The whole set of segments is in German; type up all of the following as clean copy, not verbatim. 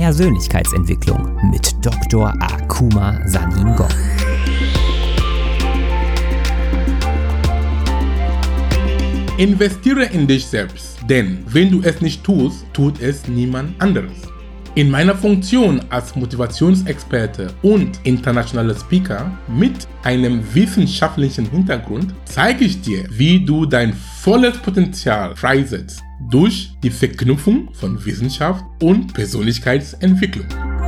Persönlichkeitsentwicklung mit Dr. Akuma Saningong. Investiere in dich selbst, denn wenn du es nicht tust, tut es niemand anderes. In meiner Funktion als Motivationsexperte und internationaler Speaker mit einem wissenschaftlichen Hintergrund zeige ich dir, wie du dein volles Potenzial freisetzt durch die Verknüpfung von Wissenschaft und Persönlichkeitsentwicklung.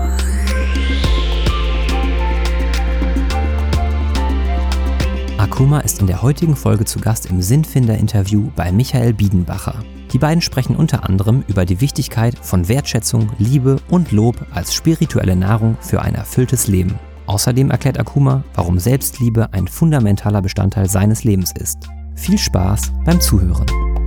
Akuma ist in der heutigen Folge zu Gast im Sinnfinder-Interview bei Michael Biedenbacher. Die beiden sprechen unter anderem über die Wichtigkeit von Wertschätzung, Liebe und Lob als spirituelle Nahrung für ein erfülltes Leben. Außerdem erklärt Akuma, warum Selbstliebe ein fundamentaler Bestandteil seines Lebens ist. Viel Spaß beim Zuhören.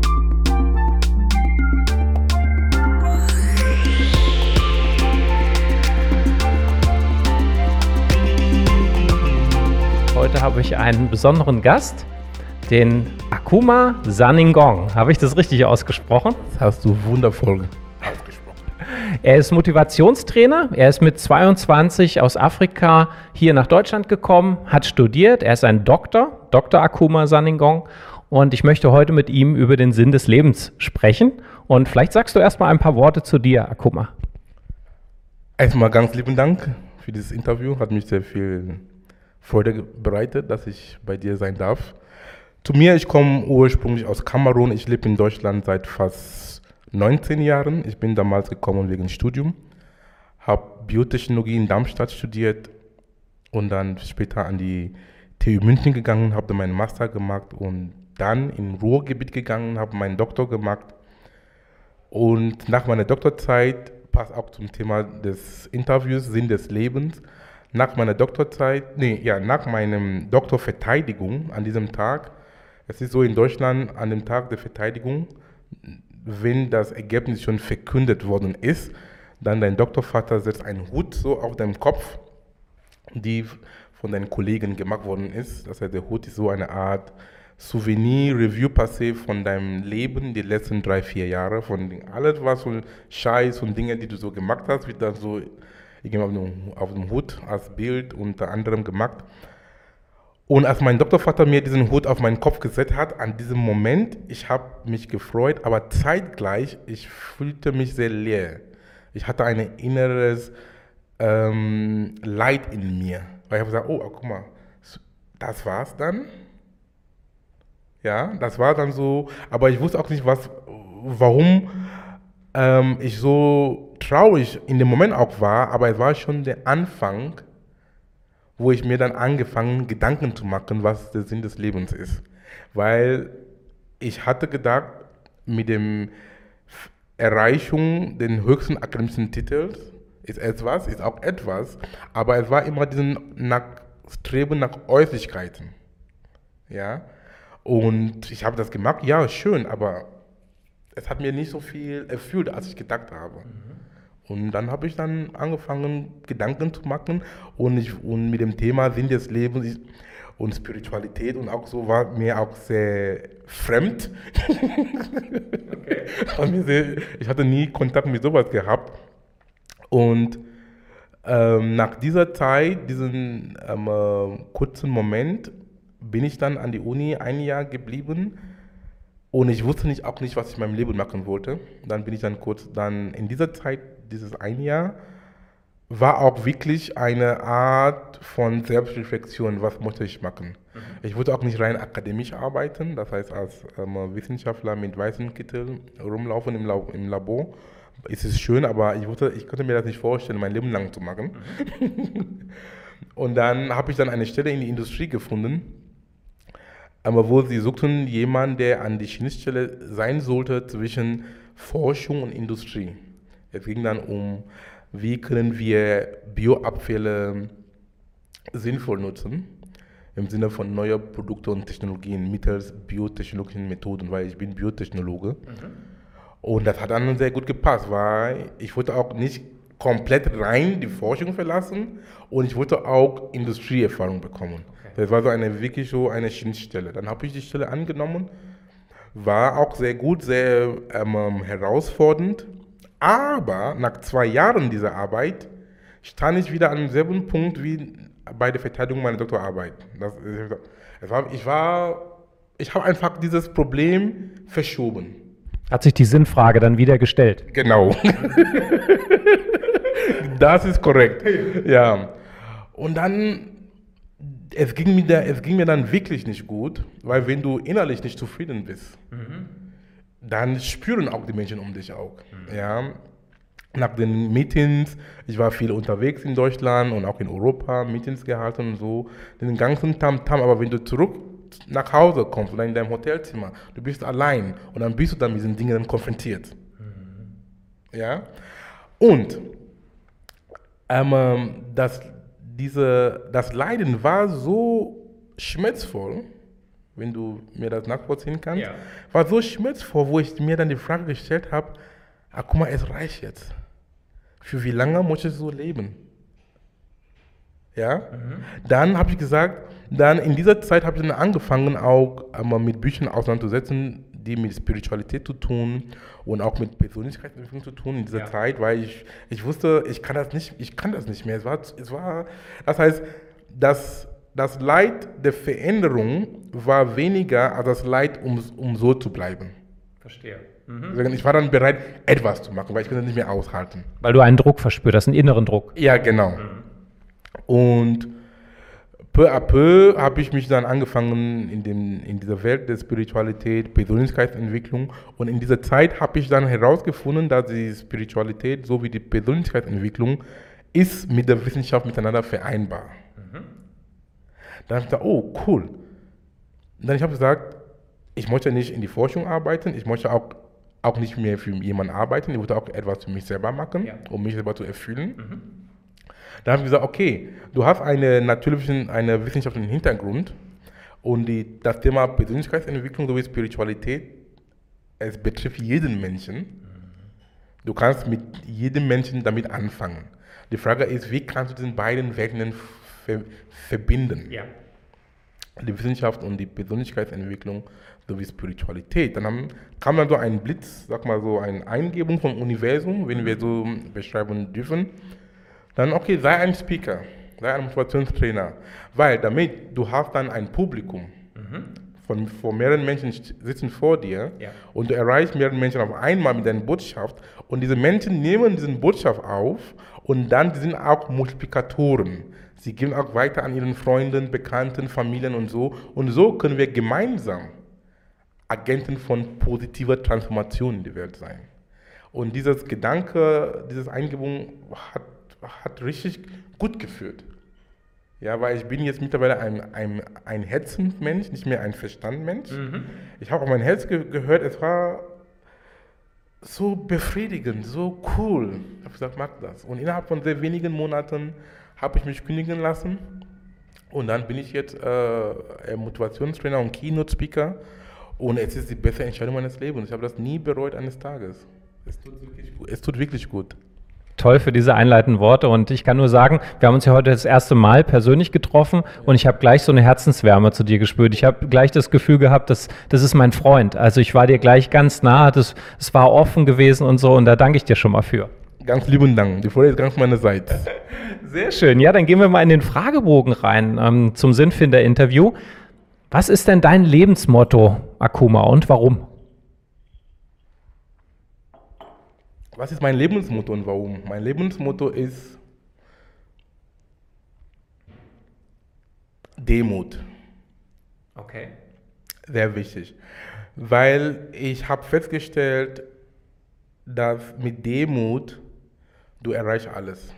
Heute habe ich einen besonderen Gast, den Akuma Saningong. Habe ich das richtig ausgesprochen? Das hast du wundervoll ausgesprochen. Er ist Motivationstrainer. Er ist mit 22 aus Afrika hier nach Deutschland gekommen, hat studiert. Er ist ein Doktor, Dr. Akuma Saningong. Und ich möchte heute mit ihm über den Sinn des Lebens sprechen. Und vielleicht sagst du erstmal ein paar Worte zu dir, Akuma. Erstmal ganz lieben Dank für dieses Interview. Hat mich sehr viel Freude bereitet, dass ich bei dir sein darf. Zu mir, ich komme ursprünglich aus Kamerun. Ich lebe in Deutschland seit fast 19 Jahren. Ich bin damals gekommen wegen Studium, habe Biotechnologie in Darmstadt studiert und dann später an die TU München gegangen, habe dann meinen Master gemacht und dann im Ruhrgebiet gegangen, habe meinen Doktor gemacht. Und nach meiner Doktorzeit, passt auch zum Thema des Interviews, Sinn des Lebens, nach meiner nach meinem Doktorverteidigung an diesem Tag, es ist so in Deutschland, an dem Tag der Verteidigung, wenn das Ergebnis schon verkündet worden ist, dann dein Doktorvater setzt einen Hut so auf deinem Kopf, die von deinen Kollegen gemacht worden ist. Das heißt, der Hut ist so eine Art Souvenir, Review passé von deinem Leben, die letzten 3-4 Jahre, von alles, was so Scheiß und Dinge, die du so gemacht hast, wird dann so auf dem Hut als Bild unter anderem gemacht. Und als mein Doktorvater mir diesen Hut auf meinen Kopf gesetzt hat, an diesem Moment, ich habe mich gefreut, aber zeitgleich, ich fühlte mich sehr leer. Ich hatte ein inneres Leid in mir. Weil ich habe gesagt, oh, guck mal, das war's dann. Ja, das war dann so, aber ich wusste auch nicht, warum ich so traurig in dem Moment auch war, aber es war schon der Anfang, wo ich mir dann angefangen, Gedanken zu machen, was der Sinn des Lebens ist. Weil ich hatte gedacht, mit der Erreichung des höchsten akademischen Titels ist auch etwas, aber es war immer diesen Streben nach Äußerlichkeiten. Ja? Und ich habe das gemacht, ja, schön, aber es hat mir nicht so viel erfüllt, als ich gedacht habe. Und dann habe ich dann angefangen, Gedanken zu machen und mit dem Thema Sinn des Lebens und Spiritualität und auch so war mir auch sehr fremd. Okay. Ich hatte nie Kontakt mit sowas gehabt. Und nach dieser Zeit, diesen kurzen Moment, bin ich dann an die Uni ein Jahr geblieben. Und ich wusste auch nicht, was ich in meinem Leben machen wollte. Dann bin ich dann in dieser Zeit, dieses ein Jahr, war auch wirklich eine Art von Selbstreflexion, was möchte ich machen. Ich wollte auch nicht rein akademisch arbeiten, das heißt als Wissenschaftler mit weißem Kittel rumlaufen im Labor. Es ist schön, aber ich konnte mir das nicht vorstellen, mein Leben lang zu machen. Und dann habe ich dann eine Stelle in die Industrie gefunden, aber wo sie suchten jemanden, der an die Schnittstelle sein sollte zwischen Forschung und Industrie. Es ging dann um, wie können wir Bioabfälle sinnvoll nutzen, im Sinne von neuer Produkte und Technologien mittels biotechnologischen Methoden, weil ich bin Biotechnologe. Und das hat dann sehr gut gepasst, weil ich wollte auch nicht komplett rein die Forschung verlassen und ich wollte auch Industrieerfahrung bekommen. Das war wirklich so eine Schnittstelle. Dann habe ich die Stelle angenommen, war auch sehr gut, sehr herausfordernd, Aber nach 2 Jahren dieser Arbeit stand ich wieder an demselben Punkt wie bei der Verteidigung meiner Doktorarbeit. Ich habe einfach dieses Problem verschoben. Hat sich die Sinnfrage dann wieder gestellt? Genau. Das ist korrekt. Ja. Und dann, es ging mir dann wirklich nicht gut, weil wenn du innerlich nicht zufrieden bist, dann spüren auch die Menschen um dich auch. Ja. Nach den Meetings, ich war viel unterwegs in Deutschland und auch in Europa, Meetings gehalten und so, den ganzen Tamtam, aber wenn du zurück nach Hause kommst oder in deinem Hotelzimmer, du bist allein und dann bist du dann mit diesen Dingen konfrontiert. Ja? Und das Leiden war so schmerzvoll, wenn du mir das nachvollziehen kannst, war so schmerzvoll, wo ich mir dann die Frage gestellt habe, guck mal, es reicht jetzt. Für wie lange muss ich so leben? Ja? Dann habe ich gesagt, dann in dieser Zeit habe ich dann angefangen, auch mit Büchern auseinanderzusetzen, die mit Spiritualität zu tun und auch mit Persönlichkeitsentwicklung zu tun in dieser Zeit, weil ich wusste, ich kann das nicht mehr. Das heißt, das Leid der Veränderung war weniger als das Leid, um so zu bleiben. Verstehe. Ich war dann bereit, etwas zu machen, weil ich konnte das nicht mehr aushalten. Weil du einen Druck verspürt hast, einen inneren Druck. Ja, genau. Und peu à peu habe ich mich dann angefangen in dieser Welt der Spiritualität, Persönlichkeitsentwicklung. Und in dieser Zeit habe ich dann herausgefunden, dass die Spiritualität sowie die Persönlichkeitsentwicklung ist mit der Wissenschaft miteinander vereinbar. Dann habe ich gesagt, oh, cool. Und dann habe ich gesagt, ich möchte nicht in die Forschung arbeiten, ich möchte auch nicht mehr für jemanden arbeiten, ich wollte auch etwas für mich selber machen, um mich selber zu erfüllen. Dann habe ich gesagt, okay, du hast einen wissenschaftlichen Hintergrund und das Thema Persönlichkeitsentwicklung sowie Spiritualität, es betrifft jeden Menschen. Du kannst mit jedem Menschen damit anfangen. Die Frage ist, wie kannst du diese beiden Welten verbinden? Ja. Die Wissenschaft und die Persönlichkeitsentwicklung sowie Spiritualität. Dann kam dann so ein Blitz, sag mal so eine Eingebung vom Universum, wenn wir so beschreiben dürfen. Dann, okay, sei ein Speaker, sei ein Motivationstrainer, weil du hast dann ein Publikum von mehreren Menschen sitzen vor dir und du erreichst mehrere Menschen auf einmal mit deiner Botschaft und diese Menschen nehmen diese Botschaft auf und dann die sind auch Multiplikatoren. Sie gehen auch weiter an ihren Freunden, Bekannten, Familien und so können wir gemeinsam Agenten von positiver Transformation in der Welt sein. Und dieses Gedanke, diese Eingebung hat richtig gut geführt. Ja, weil ich bin jetzt mittlerweile ein Herzensmensch, nicht mehr ein Verstandmensch. Ich habe auf mein Herz gehört, es war so befriedigend, so cool. Ich habe gesagt, mach das. Und innerhalb von sehr wenigen Monaten habe ich mich kündigen lassen. Und dann bin ich jetzt Motivationstrainer und Keynote-Speaker. Und es ist die beste Entscheidung meines Lebens. Ich habe das nie bereut eines Tages. Es tut wirklich gut. Toll für diese einleitenden Worte und ich kann nur sagen, wir haben uns ja heute das erste Mal persönlich getroffen und ich habe gleich so eine Herzenswärme zu dir gespürt. Ich habe gleich das Gefühl gehabt, das ist mein Freund. Also ich war dir gleich ganz nah, es war offen gewesen und so und da danke ich dir schon mal für. Ganz lieben Dank, die Freude ist ganz meinerseits. Sehr schön, ja, dann gehen wir mal in den Fragebogen rein zum Sinnfinder-Interview. Was ist denn dein Lebensmotto, Akuma, und warum? Was ist mein Lebensmotto und warum? Mein Lebensmotto ist Demut. Okay. Sehr wichtig, weil ich habe festgestellt, dass mit Demut du erreichst alles.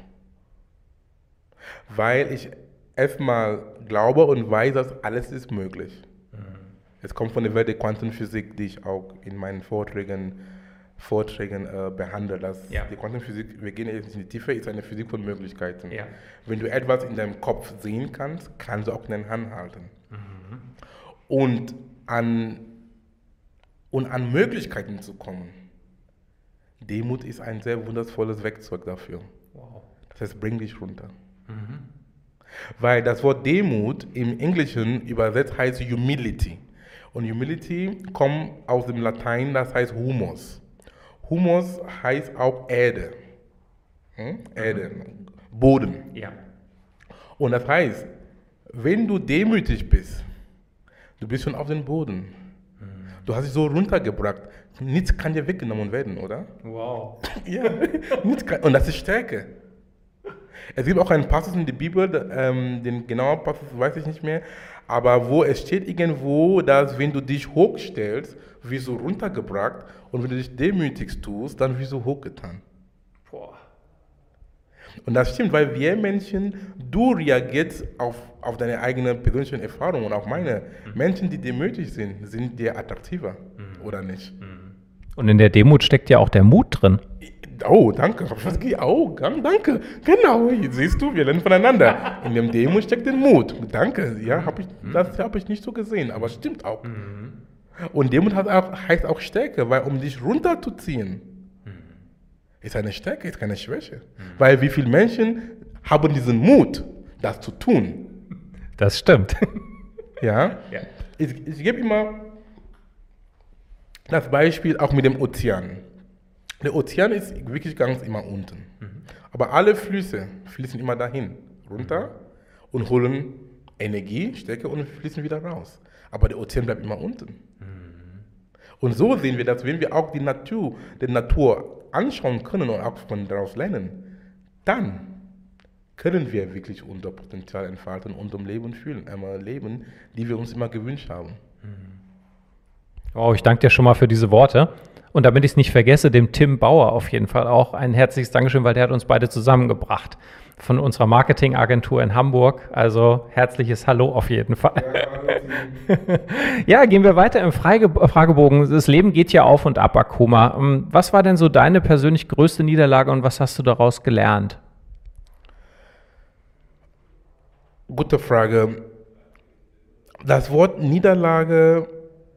Weil ich erstmal glaube und weiß, dass alles ist möglich. Es kommt von der Welt der Quantenphysik, die ich auch in meinen Vorträgen behandle. Die Quantenphysik, wir gehen jetzt in die Tiefe, ist eine Physik von Möglichkeiten. Ja. Wenn du etwas in deinem Kopf sehen kannst, kannst du auch in deiner Hand halten. Und an Möglichkeiten zu kommen. Demut ist ein sehr wundervolles Werkzeug dafür. Wow. Das heißt, bring dich runter. Weil das Wort Demut im Englischen übersetzt heißt Humility. Und Humility kommt aus dem Latein, das heißt Humus. Humus heißt auch Erde. Erde, Boden. Ja. Und das heißt, wenn du demütig bist, du bist schon auf dem Boden. Du hast dich so runtergebracht. Nichts kann dir weggenommen werden, oder? Wow. Ja, nichts kann, und das ist Stärke. Es gibt auch einen Passus in der Bibel, den genauen Passus weiß ich nicht mehr, aber wo es steht irgendwo, dass wenn du dich hochstellst, wirst du runtergebracht und wenn du dich demütigst tust, dann wirst du hochgetan. Boah. Und das stimmt, weil wir Menschen, du reagierst auf deine eigenen persönlichen Erfahrungen und auch meine. Menschen, die demütig sind dir attraktiver, oder nicht? Und in der Demut steckt ja auch der Mut drin. Oh, danke. Oh, danke. Genau, siehst du, wir lernen voneinander. In dem Demut steckt der Mut. Danke. Ja, das habe ich nicht so gesehen, aber stimmt auch. Und Demut heißt auch Stärke, weil um dich runterzuziehen, ist eine Stärke, ist keine Schwäche. Weil wie viele Menschen haben diesen Mut, das zu tun? Das stimmt. Ja. Ich gebe immer das Beispiel auch mit dem Ozean. Der Ozean ist wirklich ganz immer unten. Aber alle Flüsse fließen immer dahin, runter und holen Energie, Stärke und fließen wieder raus. Aber der Ozean bleibt immer unten. Und so sehen wir das, wenn wir auch die Natur anschauen können und auch von daraus lernen, dann können wir wirklich unser Potenzial entfalten und um Leben fühlen, einmal leben, die wir uns immer gewünscht haben. Wow, ich danke dir schon mal für diese Worte. Und damit ich es nicht vergesse, dem Tim Bauer auf jeden Fall auch ein herzliches Dankeschön, weil der hat uns beide zusammengebracht von unserer Marketingagentur in Hamburg. Also herzliches Hallo auf jeden Fall. Ja, gehen wir weiter im Fragebogen. Das Leben geht ja auf und ab, Akuma. Was war denn so deine persönlich größte Niederlage und was hast du daraus gelernt? Gute Frage. Das Wort Niederlage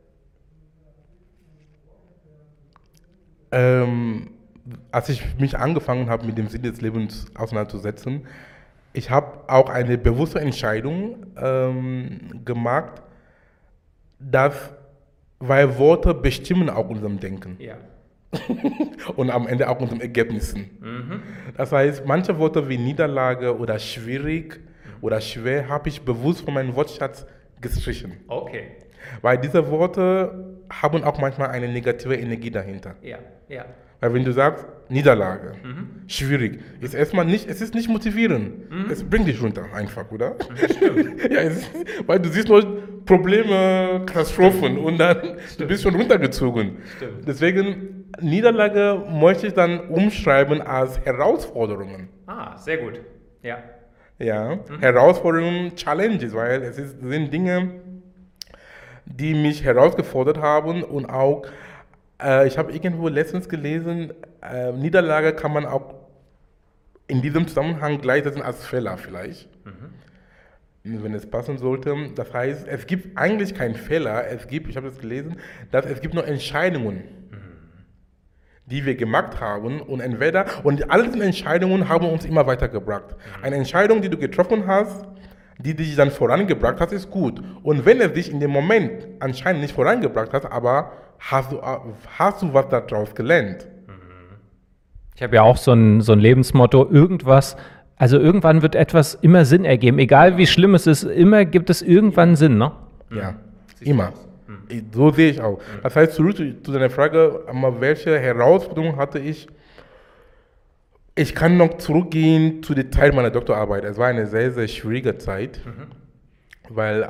als ich mich angefangen habe, mit dem Sinn des Lebens auseinanderzusetzen, ich habe auch eine bewusste Entscheidung gemacht, weil Worte bestimmen auch unserem Denken. Ja. Und am Ende auch unseren Ergebnissen. Das heißt, manche Worte wie Niederlage oder schwierig oder schwer habe ich bewusst von meinem Wortschatz gestrichen. Okay. Weil diese Worte haben auch manchmal eine negative Energie dahinter. Ja, ja. Weil wenn du sagst, Niederlage, schwierig, ist erstmal nicht, es ist nicht motivierend. Es bringt dich runter einfach, oder? Stimmt. Ja, weil du siehst nur Probleme, Katastrophen und dann du bist schon runtergezogen. Stimmt. Deswegen, Niederlage möchte ich dann umschreiben als Herausforderungen. Ah, sehr gut. Ja. Ja, Herausforderungen, Challenges, weil es sind Dinge, die mich herausgefordert haben und auch, ich habe irgendwo letztens gelesen, Niederlage kann man auch in diesem Zusammenhang gleichsetzen als Fehler vielleicht, wenn es passen sollte. Das heißt, es gibt eigentlich keinen Fehler, ich habe das gelesen, es gibt nur Entscheidungen, die wir gemacht haben und all diese Entscheidungen haben uns immer weitergebracht. Eine Entscheidung, die du getroffen hast, die dich dann vorangebracht hat, ist gut. Und wenn es dich in dem Moment anscheinend nicht vorangebracht hat, aber hast du was daraus gelernt? Ich habe ja auch so ein Lebensmotto, irgendwann wird etwas immer Sinn ergeben. Egal wie schlimm es ist, immer gibt es irgendwann Sinn, ne? Ja, immer. So sehe ich auch. Das heißt, zurück zu deiner Frage, welche Herausforderung hatte ich? Ich kann noch zurückgehen zu der Zeit meiner Doktorarbeit. Es war eine sehr, sehr schwierige Zeit, weil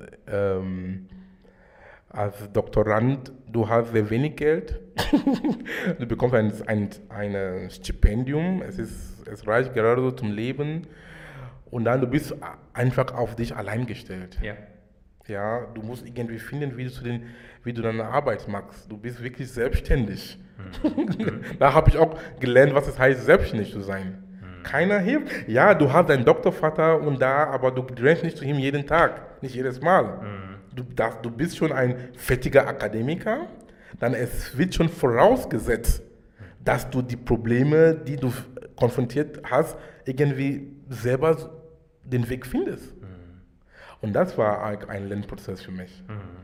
als Doktorand, du hast sehr wenig Geld. Du bekommst ein Stipendium, es reicht gerade so zum Leben und dann du bist einfach auf dich allein gestellt. Ja. Ja, du musst irgendwie finden, wie du deine Arbeit machst. Du bist wirklich selbstständig. Da habe ich auch gelernt, was es heißt, selbstständig zu sein. Keiner hilft. Ja, du hast deinen Doktorvater aber du rennst nicht zu ihm jeden Tag, nicht jedes Mal. Du bist schon ein fertiger Akademiker, dann es wird schon vorausgesetzt, dass du die Probleme, die du konfrontiert hast, irgendwie selber den Weg findest. Und das war ein Lernprozess für mich.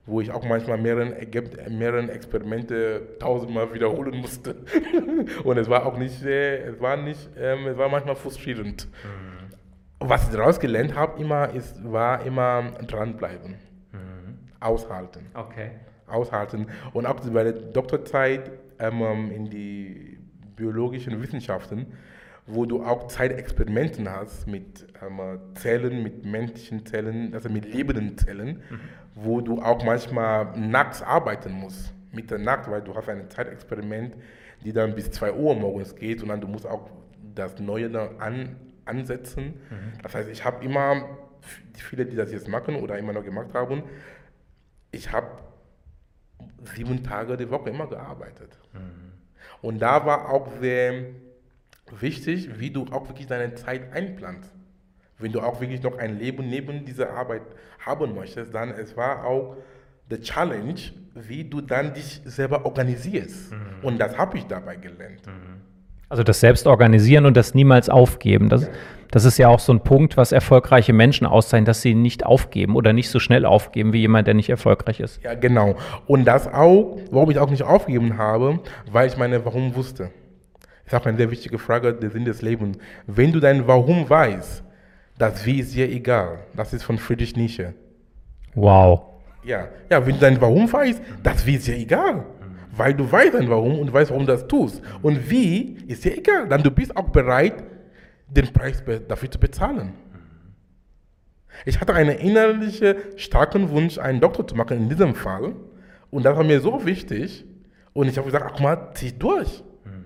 wo ich auch manchmal mehrere Experimente tausendmal wiederholen musste. Und es war auch nicht, es war manchmal frustrierend. Was ich daraus gelernt habe, war immer dranbleiben, aushalten. Okay. Aushalten. Und auch bei der Doktorzeit in die biologischen Wissenschaften, wo du auch Zeitexperimenten hast mit Zellen, mit menschlichen Zellen, also mit lebenden Zellen, wo du auch manchmal nachts arbeiten musst, Mitternacht, weil du hast ein Zeitexperiment, die dann bis 2 Uhr morgens geht und dann du musst auch das Neue dann ansetzen. Das heißt, ich habe immer, viele, die das jetzt machen oder immer noch gemacht haben, ich habe 7 Tage die Woche immer gearbeitet. Und da war auch sehr wichtig, wie du auch wirklich deine Zeit einplanst. Wenn du auch wirklich noch ein Leben neben dieser Arbeit haben möchtest, dann es war auch die Challenge, wie du dann dich selber organisierst. Und das habe ich dabei gelernt. Also das Selbstorganisieren und das niemals aufgeben. Das ist ja auch so ein Punkt, was erfolgreiche Menschen auszeichnet, dass sie nicht aufgeben oder nicht so schnell aufgeben wie jemand, der nicht erfolgreich ist. Ja, genau. Und das auch, warum ich auch nicht aufgegeben habe, weil ich meine Warum wusste. Das ist auch eine sehr wichtige Frage, der Sinn des Lebens. Wenn du dein Warum weißt, das Wie ist dir egal. Das ist von Friedrich Nietzsche. Wow. Ja, wenn du dein Warum weißt, das Wie ist dir egal. Weil du weißt dein Warum und weißt, warum du das tust. Und wie ist dir egal. Dann du bist auch bereit, den Preis dafür zu bezahlen. Ich hatte einen innerlichen, starken Wunsch, einen Doktor zu machen in diesem Fall. Und das war mir so wichtig. Und ich habe gesagt, ach mal, zieh durch.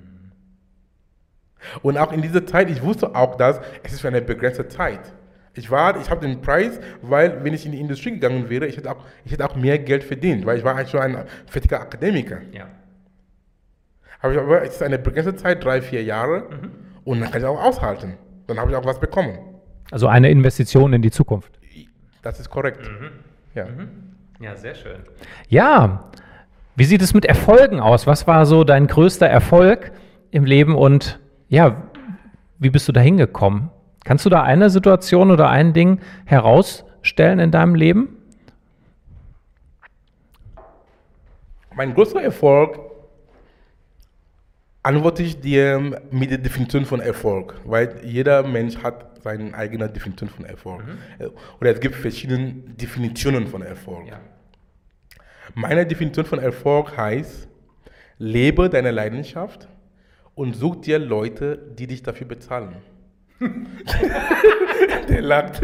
Und auch in dieser Zeit, ich wusste auch, dass es ist für eine begrenzte Zeit. Ich habe den Preis, weil wenn ich in die Industrie gegangen wäre, ich hätte auch mehr Geld verdient, weil ich war eigentlich schon ein fertiger Akademiker. Ja. Aber es ist eine begrenzte Zeit, 3-4 Jahre, und dann kann ich auch aushalten. Dann habe ich auch was bekommen. Also eine Investition in die Zukunft. Das ist korrekt. Ja. Ja, sehr schön. Ja, wie sieht es mit Erfolgen aus? Was war so dein größter Erfolg im Leben und ja, wie bist du da hingekommen? Kannst du da eine Situation oder ein Ding herausstellen in deinem Leben? Mein größter Erfolg antworte ich dir mit der Definition von Erfolg, weil jeder Mensch hat seine eigene Definition von Erfolg. Oder es gibt verschiedene Definitionen von Erfolg. Ja. Meine Definition von Erfolg heißt, lebe deine Leidenschaft und such dir Leute, die dich dafür bezahlen. Der lacht.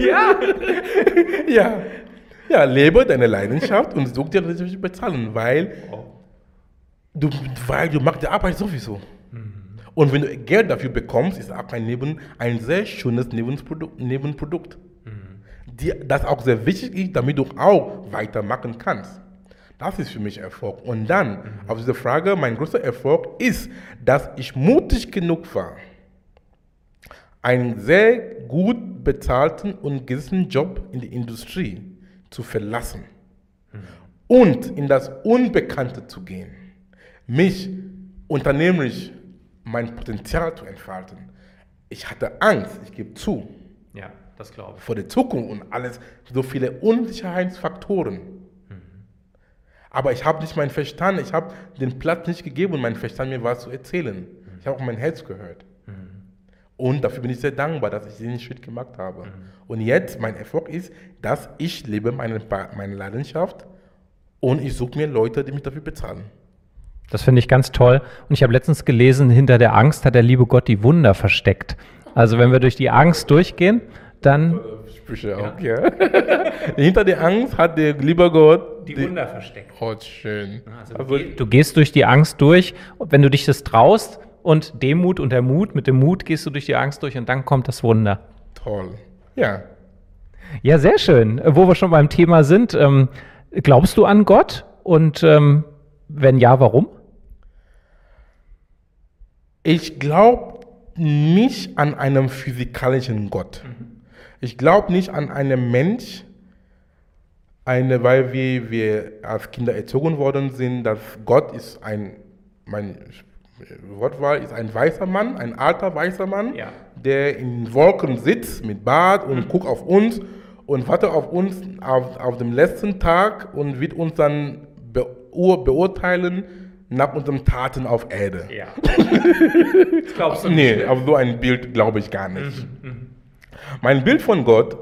Ja. Ja, lebe deine Leidenschaft und such dir Leute, die dich bezahlen, weil du machst die Arbeit sowieso. Und wenn du Geld dafür bekommst, ist auch ein sehr schönes Nebenprodukt. Das auch sehr wichtig ist, damit du auch weitermachen kannst. Das ist für mich Erfolg. Und dann, auf diese Frage, mein größter Erfolg ist, dass ich mutig genug war, einen sehr gut bezahlten und gewissen Job in der Industrie zu verlassen und in das Unbekannte zu gehen, mich unternehmerisch mein Potenzial zu entfalten. Ich hatte Angst, ich gebe zu. Ja, das glaube ich. Vor der Zukunft und alles, so viele Unsicherheitsfaktoren. Aber ich habe nicht meinen Verstand, ich habe den Platz nicht gegeben, um meinem Verstand mir was zu erzählen. Ich habe auch mein Herz gehört. Und dafür bin ich sehr dankbar, dass ich diesen Schritt gemacht habe. Und jetzt, mein Erfolg ist, dass ich lebe meine Leidenschaft und ich suche mir Leute, die mich dafür bezahlen. Das finde ich ganz toll. Und ich habe letztens gelesen, hinter der Angst hat der liebe Gott die Wunder versteckt. Also wenn wir durch die Angst durchgehen, dann... Sprüche auch, ja. Hinter der Angst hat der liebe Gott die Wunder versteckt. Oh, schön. Also du gehst durch die Angst durch und wenn du dich das traust und Demut und der Mut, mit dem Mut gehst du durch die Angst durch und dann kommt das Wunder. Toll. Ja. Ja, sehr schön. Wo wir schon beim Thema sind, glaubst du an Gott? Und wenn ja, warum? Ich glaube nicht an einen physikalischen Gott. Ich glaube nicht an einen Mensch, weil wir als Kinder erzogen worden sind, dass Gott ist mein Wortwahl ist ein weißer Mann, ein alter weißer Mann, der in Wolken sitzt mit Bart und guckt auf uns und wartet auf uns auf dem letzten Tag und wird uns dann beurteilen nach unseren Taten auf Erde. Ja. Das glaubst du nicht? Nee, auf so ein Bild glaube ich gar nicht. Mein Bild von Gott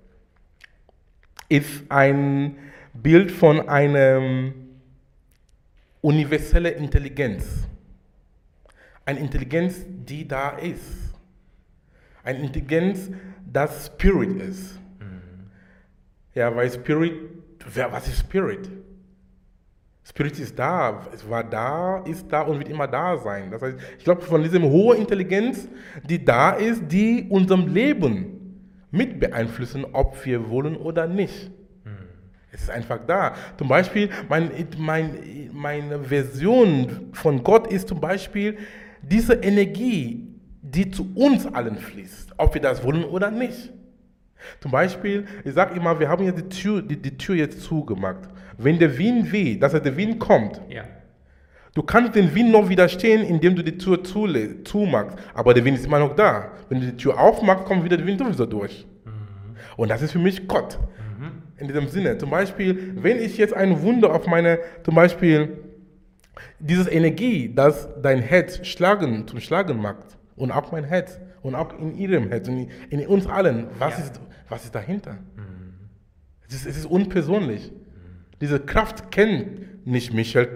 ist ein Bild von einer universellen Intelligenz. Eine Intelligenz, die da ist. Eine Intelligenz, das Spirit ist. Ja, weil Spirit, was ist Spirit? Spirit ist da, es war da, ist da und wird immer da sein. Das heißt, ich glaube, von dieser hohen Intelligenz, die da ist, die unserem Leben mit beeinflussen, ob wir wollen oder nicht. Es ist einfach da. Zum Beispiel, meine Version von Gott ist zum Beispiel diese Energie, die zu uns allen fließt, ob wir das wollen oder nicht. Zum Beispiel, ich sage immer, wir haben ja die Tür jetzt zugemacht. Wenn der Wind weht, dass der Wind kommt, du kannst den Wind noch widerstehen, indem du die Tür zumachst, aber der Wind ist immer noch da. Wenn du die Tür aufmachst, kommt wieder der Wind sowieso durch. Und das ist für mich Gott. In diesem Sinne, zum Beispiel, wenn ich jetzt ein Wunder auf zum Beispiel, diese Energie, dass dein Herz zum Schlagen macht, und auch mein Herz, und auch in ihrem Herz, und in uns allen, was ist dahinter? Es ist unpersönlich. Diese Kraft kennt nicht Michael,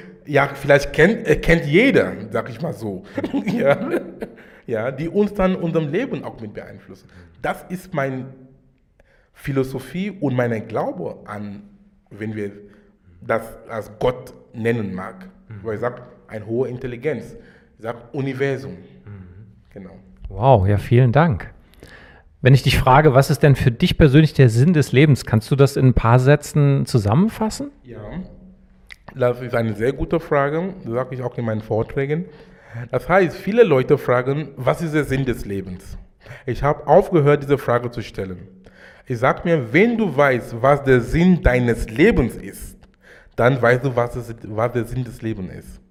kennt jeder, sag ich mal so, ja, die uns dann unserem Leben auch mit beeinflussen. Das ist meine Philosophie und mein Glaube an, wenn wir das als Gott nennen mag. Weil ich sage, eine hohe Intelligenz, ich sage Universum. Genau. Wow, ja, vielen Dank. Wenn ich dich frage, was ist denn für dich persönlich der Sinn des Lebens, kannst du das in ein paar Sätzen zusammenfassen? Ja, das ist eine sehr gute Frage, das sage ich auch in meinen Vorträgen. Das heißt, viele Leute fragen, was ist der Sinn des Lebens? Ich habe aufgehört, diese Frage zu stellen. Ich sage mir, wenn du weißt, was der Sinn deines Lebens ist, dann weißt du, was der Sinn des Lebens ist.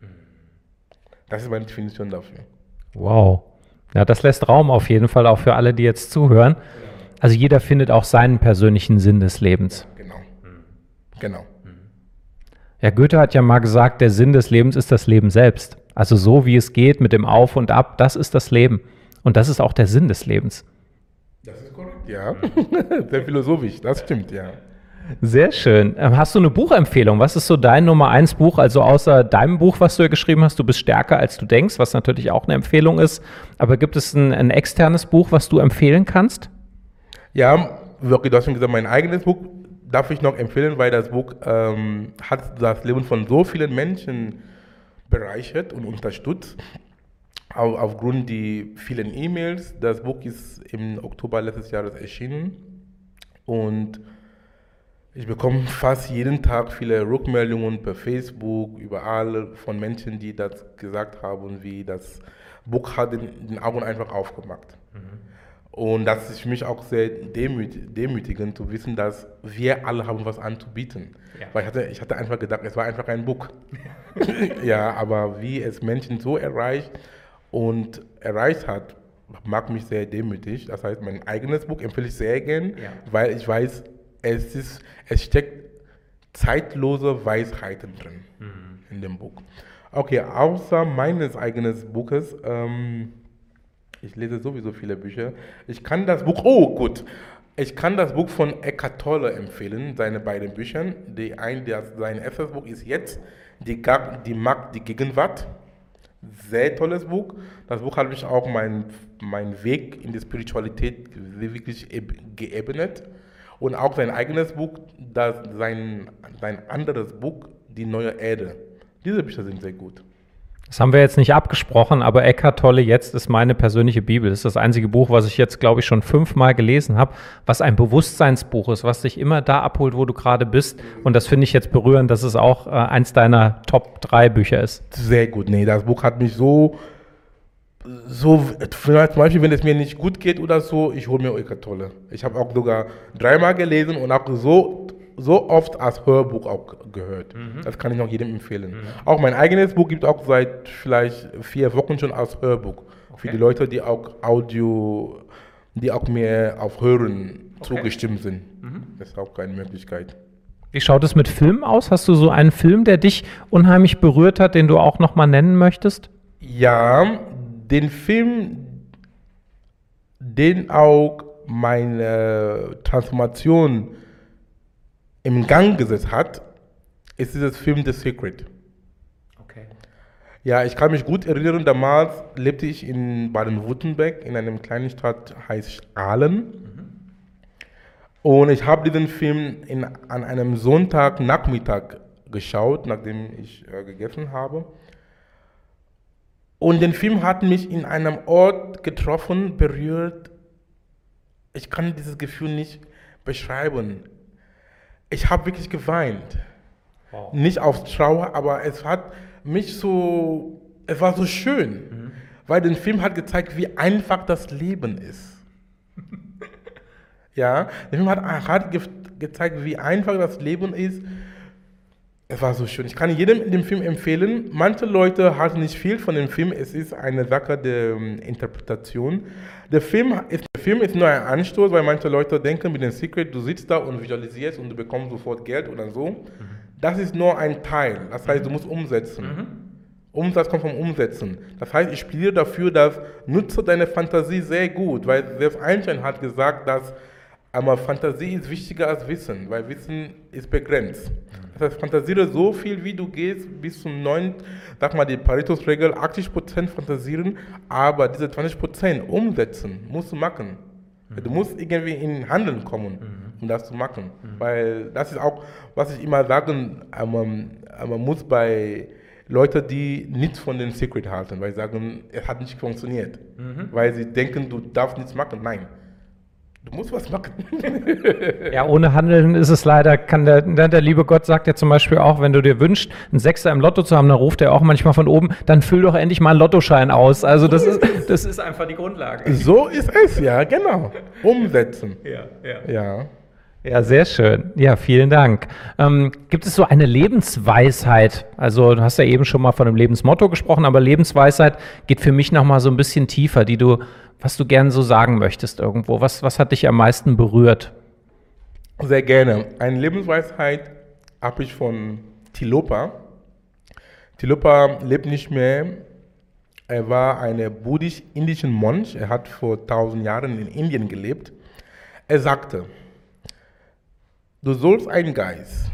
Das ist meine Definition dafür. Wow. Ja, das lässt Raum auf jeden Fall auch für alle, die jetzt zuhören. Also jeder findet auch seinen persönlichen Sinn des Lebens. Genau. Ja, Goethe hat ja mal gesagt, der Sinn des Lebens ist das Leben selbst. Also so wie es geht mit dem Auf und Ab, das ist das Leben. Und das ist auch der Sinn des Lebens. Das ist korrekt, ja. Sehr philosophisch, das stimmt, ja. Sehr schön. Hast du eine Buchempfehlung? Was ist so dein Nummer 1 Buch? Also außer deinem Buch, was du ja geschrieben hast, du bist stärker als du denkst, was natürlich auch eine Empfehlung ist. Aber gibt es ein externes Buch, was du empfehlen kannst? Ja, wirklich, du hast schon gesagt, mein eigenes Buch darf ich noch empfehlen, weil das Buch hat das Leben von so vielen Menschen bereichert und unterstützt. Aufgrund der vielen E-Mails. Das Buch ist im Oktober letztes Jahres erschienen und ich bekomme fast jeden Tag viele Rückmeldungen per Facebook, überall von Menschen, die das gesagt haben, wie das Buch hat den Augen einfach aufgemacht. Und das ist für mich auch sehr demütigend zu wissen, dass wir alle haben was anzubieten. Ja. Weil ich hatte einfach gedacht, es war einfach ein Buch. Ja, aber wie es Menschen so erreicht hat, macht mich sehr demütig. Das heißt, mein eigenes Buch empfehle ich sehr gern, weil ich weiß, es steckt zeitlose Weisheiten drin in dem Buch. Okay, außer meines eigenen Buches, ich lese sowieso viele Bücher. Ich kann das Buch von Eckhart Tolle empfehlen, seine beiden Bücher. Sein erstes Buch ist jetzt die Macht, die Gegenwart. Sehr tolles Buch. Das Buch hat mich auch meinen Weg in die Spiritualität wirklich geebnet. Und auch sein eigenes Buch, sein anderes Buch, Die neue Erde. Diese Bücher sind sehr gut. Das haben wir jetzt nicht abgesprochen, aber Eckhart Tolle jetzt ist meine persönliche Bibel. Das ist das einzige Buch, was ich jetzt, glaube ich, schon 5-mal gelesen habe, was ein Bewusstseinsbuch ist, was dich immer da abholt, wo du gerade bist. Und das finde ich jetzt berührend, dass es auch eins deiner Top 3 Bücher ist. Sehr gut. Nee, das Buch hat mich so zum Beispiel, wenn es mir nicht gut geht oder so, ich hole mir Eckhart Tolle. Ich habe auch sogar 3-mal gelesen und auch so oft als Hörbuch auch gehört. Das kann ich auch jedem empfehlen. Auch mein eigenes Buch gibt es auch seit vielleicht 4 Wochen schon als Hörbuch. Okay. Für die Leute, die auch mehr auf Hören zugestimmt sind. Das ist auch keine Möglichkeit. Wie schaut es mit Filmen aus? Hast du so einen Film, der dich unheimlich berührt hat, den du auch nochmal nennen möchtest? Ja, den Film, den auch meine Transformation im Gang gesetzt hat, ist dieses Film The Secret. Okay. Ja, ich kann mich gut erinnern, damals lebte ich in Baden-Württemberg in einer kleinen Stadt, heißt Aalen. Und ich habe diesen Film an einem Sonntagnachmittag geschaut, nachdem ich gegessen habe. Und den Film hat mich in einem Ort getroffen, berührt. Ich kann dieses Gefühl nicht beschreiben. Ich habe wirklich geweint. Wow. Nicht aus Trauer, aber es war so schön, weil der Film hat gezeigt, wie einfach das Leben ist. Ja, der Film hat gezeigt, wie einfach das Leben ist. Es war so schön. Ich kann jedem den Film empfehlen. Manche Leute halten nicht viel von dem Film. Es ist eine Sache der Interpretation. Der Film ist nur ein Anstoß, weil manche Leute denken, mit dem Secret, du sitzt da und visualisierst und du bekommst sofort Geld oder so. Das ist nur ein Teil. Das heißt, du musst umsetzen. Umsatz kommt vom Umsetzen. Das heißt, ich spiele dafür, dass nutze deine Fantasie sehr gut, weil selbst Einstein hat gesagt, dass aber Fantasie ist wichtiger als Wissen, weil Wissen ist begrenzt. Das heißt, fantasiere so viel, wie du gehst, bis zum 9, sag mal die Paretos-Regel, 80% fantasieren, aber diese 20% umsetzen, musst du machen. Du musst irgendwie in Handeln kommen, um das zu machen. Weil das ist auch, was ich immer sage, man muss bei Leuten, die nichts von dem Secret halten, weil sie sagen, es hat nicht funktioniert. Weil sie denken, du darfst nichts machen. Nein. Du musst was machen. Ja, ohne Handeln ist es leider, der liebe Gott sagt ja zum Beispiel auch, wenn du dir wünschst, einen Sechser im Lotto zu haben, dann ruft er auch manchmal von oben, dann füll doch endlich mal einen Lottoschein aus. Also das ist einfach die Grundlage. So ist es, ja, genau. Umsetzen. Ja. Ja, sehr schön. Ja, vielen Dank. Gibt es so eine Lebensweisheit? Also du hast ja eben schon mal von dem Lebensmotto gesprochen, aber Lebensweisheit geht für mich noch mal so ein bisschen tiefer, was du gerne so sagen möchtest irgendwo. Was hat dich am meisten berührt? Sehr gerne. Eine Lebensweisheit habe ich von Tilopa. Tilopa lebt nicht mehr. Er war ein buddhisch-indischer Mönch. Er hat vor 1000 Jahren in Indien gelebt. Er sagte, du sollst einen Geist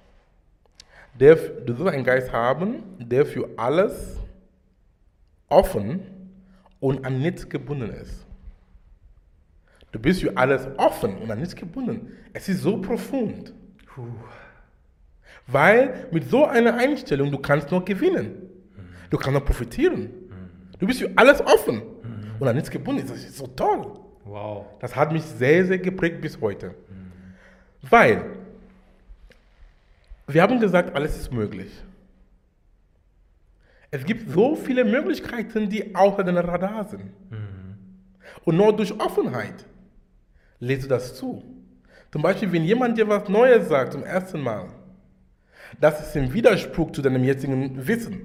haben, der für alles offen und an nichts gebunden ist. Du bist für alles offen und an nichts gebunden. Es ist so profund. Weil mit so einer Einstellung, du kannst nur gewinnen. Du kannst nur profitieren. Du bist für alles offen und an nichts gebunden. Das ist so toll. Wow. Das hat mich sehr, sehr geprägt bis heute. Weil wir haben gesagt, alles ist möglich. Es gibt so viele Möglichkeiten, die außer dem Radar sind. Und nur durch Offenheit lässt du das zu. Zum Beispiel, wenn jemand dir was Neues sagt zum ersten Mal, das ist im Widerspruch zu deinem jetzigen Wissen.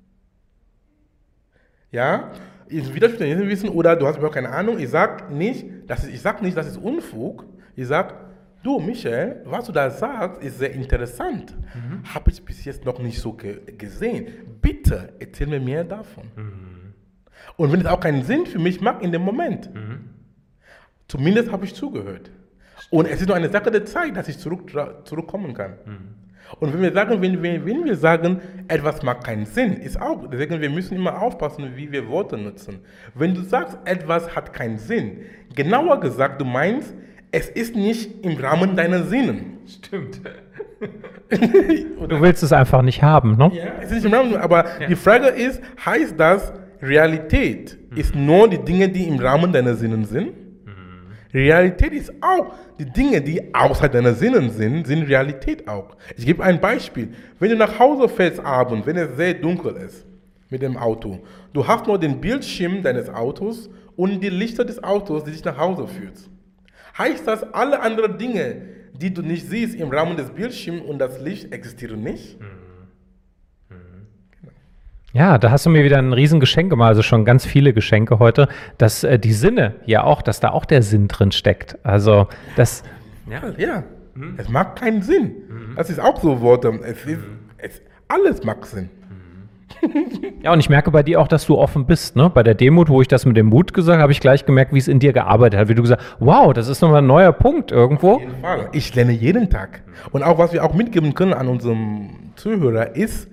Ja, ist im Widerspruch zu deinem jetzigen Wissen oder du hast überhaupt keine Ahnung. Ich sage nicht, das ist Unfug. Ich sage, du Michael, was du da sagst, ist sehr interessant. Habe ich bis jetzt noch nicht so gesehen. Bitte erzähl mir mehr davon. Und wenn es auch keinen Sinn für mich macht in dem Moment, zumindest habe ich zugehört. Und es ist nur eine Sache der Zeit, dass ich zurückkommen kann. Und wenn wir sagen, etwas macht keinen Sinn, ist auch, deswegen wir müssen immer aufpassen, wie wir Worte nutzen. Wenn du sagst, etwas hat keinen Sinn, genauer gesagt, du meinst, es ist nicht im Rahmen deiner Sinnen. Stimmt. Du willst es einfach nicht haben, ne? Ja, es ist nicht im Rahmen, aber die Frage ist, heißt das, Realität ist nur die Dinge, die im Rahmen deiner Sinnen sind? Realität ist auch die Dinge, die außer deiner Sinnen sind Realität auch. Ich gebe ein Beispiel. Wenn du nach Hause fährst abends, wenn es sehr dunkel ist mit dem Auto, du hast nur den Bildschirm deines Autos und die Lichter des Autos, die dich nach Hause führen. Heißt das, alle anderen Dinge, die du nicht siehst im Rahmen des Bildschirms und das Licht existieren nicht? Genau. Ja, da hast du mir wieder ein Riesengeschenk gemacht, also schon ganz viele Geschenke heute, dass die Sinne ja auch, dass da auch der Sinn drin steckt. Also das. Ja. Es macht keinen Sinn. Das ist auch so Worte. Alles macht Sinn. Ja, und ich merke bei dir auch, dass du offen bist, ne? Bei der Demut, wo ich das mit dem Mut gesagt habe, habe ich gleich gemerkt, wie es in dir gearbeitet hat. Wie du gesagt hast, wow, das ist nochmal ein neuer Punkt irgendwo. Auf jeden Fall. Ich lerne jeden Tag. Und auch, was wir auch mitgeben können an unserem Zuhörer ist,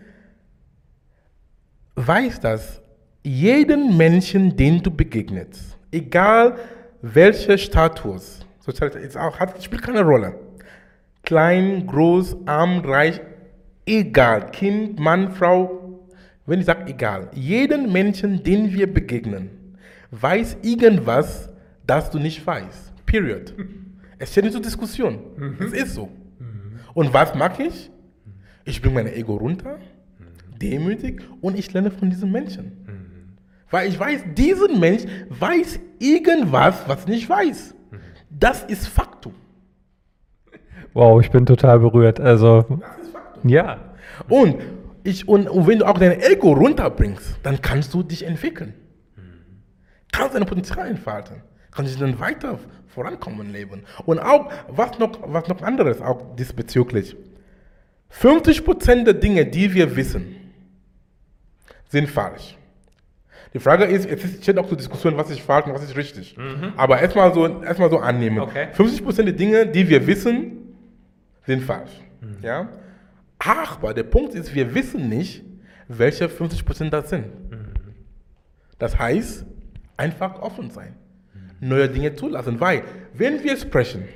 weiß das, jeden Menschen, den du begegnest, egal welcher Status, spielt keine Rolle. Klein, groß, arm, reich, egal. Kind, Mann, Frau, wenn ich sage egal. Jeden Menschen, den wir begegnen, weiß irgendwas, das du nicht weißt. Period. Es steht nicht zur Diskussion. Es ist so. Und was mache ich? Ich bringe mein Ego runter, demütig, und ich lerne von diesem Menschen. Weil ich weiß, diesen Mensch weiß irgendwas, was ich nicht weiß. Das ist Faktum. Wow, ich bin total berührt. Also, Das ist Faktum. ja. Und wenn du auch dein Ego runterbringst, dann kannst du dich entwickeln. Kannst dein Potenzial entfalten. Kannst dich dann weiter vorankommen im Leben. Und auch, was noch anderes, auch diesbezüglich. 50% der Dinge, die wir wissen, sind falsch. Die Frage ist, es steht auch zur Diskussion, was ist falsch und was ist richtig. Aber erstmal so annehmen. Okay. 50% der Dinge, die wir wissen, sind falsch. Ja? Aber der Punkt ist, wir wissen nicht, welche 50% das sind. Das heißt, einfach offen sein. Neue Dinge zulassen. Weil, wenn wir sprechen,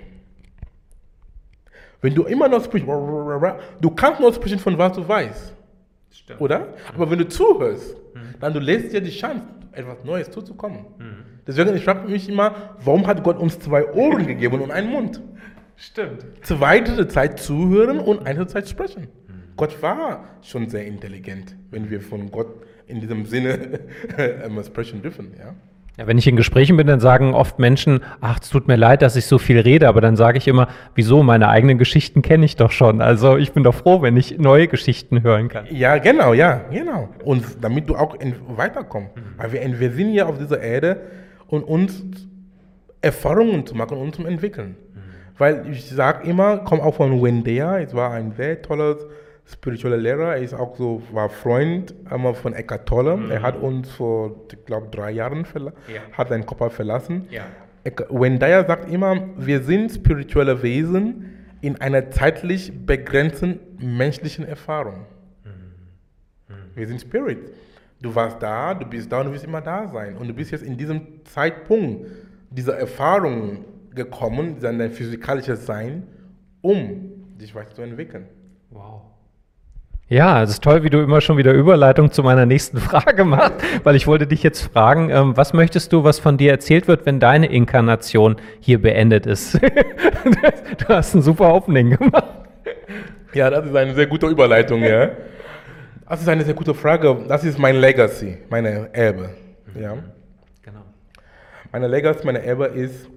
wenn du immer noch sprichst, du kannst nur sprechen von was du weißt. Stimmt. Oder? Aber wenn du zuhörst, dann du lässt dir die Chance, etwas Neues zuzukommen. Deswegen, ich frage mich immer, warum hat Gott uns 2 Ohren gegeben und einen Mund? Stimmt. 2 Drittel Zeit zuhören und 1 Drittel Zeit sprechen. Gott war schon sehr intelligent, wenn wir von Gott in diesem Sinne sprechen dürfen. Ja? Ja, wenn ich in Gesprächen bin, dann sagen oft Menschen, ach, es tut mir leid, dass ich so viel rede, aber dann sage ich immer, wieso, meine eigenen Geschichten kenne ich doch schon. Also ich bin doch froh, wenn ich neue Geschichten hören kann. Ja, genau. Und damit du auch weiterkommst. Weil wir sind hier auf dieser Erde, um uns Erfahrungen zu machen und zu entwickeln. Weil ich sage immer, komme auch von Wendea, es war ein sehr toller spiritueller Lehrer, er ist auch so, war Freund von Eckhart Tolle. Er hat uns vor, ich glaube, 3 Jahren hat seinen Körper verlassen. Ja. Wendea sagt immer, wir sind spirituelle Wesen in einer zeitlich begrenzten menschlichen Erfahrung. Wir sind Spirit. Du warst da, du bist da und du wirst immer da sein. Und du bist jetzt in diesem Zeitpunkt dieser Erfahrung gekommen, dein physikalisches Sein, um dich weiterzuentwickeln. Wow. Ja, es ist toll, wie du immer schon wieder Überleitung zu meiner nächsten Frage machst, weil ich wollte dich jetzt fragen, was möchtest du, was von dir erzählt wird, wenn deine Inkarnation hier beendet ist? Du hast ein super Opening gemacht. Ja, das ist eine sehr gute Überleitung, ja. Das ist eine sehr gute Frage. Das ist mein Legacy, meine Erbe. Ja. Genau. Meine Legacy, meine Erbe ist,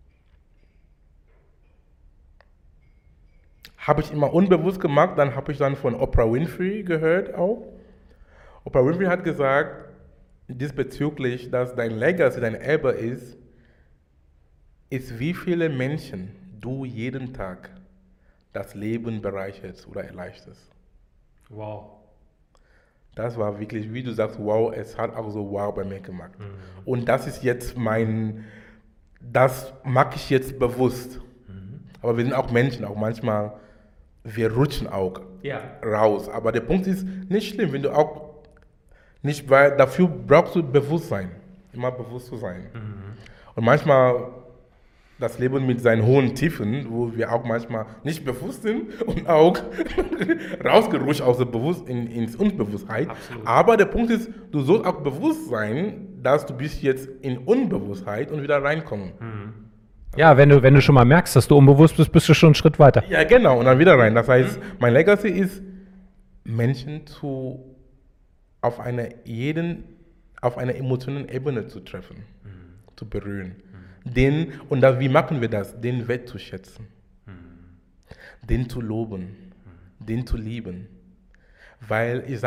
habe ich immer unbewusst gemacht, dann habe ich dann von Oprah Winfrey gehört auch. Oprah Winfrey hat gesagt, diesbezüglich, dass dein Legacy, dein Erbe ist, wie viele Menschen du jeden Tag das Leben bereicherst oder erleichterst. Wow. Das war wirklich, wie du sagst, wow, es hat auch so wow bei mir gemacht. Und das ist jetzt das mache ich jetzt bewusst. Aber wir sind auch Menschen, auch manchmal, wir rutschen auch raus. Aber der Punkt ist nicht schlimm, wenn du auch nicht, weil dafür brauchst du Bewusstsein, immer bewusst zu sein. Und manchmal das Leben mit seinen hohen Tiefen, wo wir auch manchmal nicht bewusst sind und auch rausgerutscht aus der ins Unbewusstheit. Absolut. Aber der Punkt ist, du sollst auch bewusst sein, dass du bist jetzt in Unbewusstheit und wieder reinkommen. Ja, wenn du schon mal merkst, dass du unbewusst bist, bist du schon einen Schritt weiter. Ja, genau, und dann wieder rein. Das heißt, mein Legacy ist, Menschen auf einer emotionalen Ebene zu treffen, zu berühren. Wie machen wir das? Den wertzuschätzen, den zu loben, den zu lieben. Weil ich sage,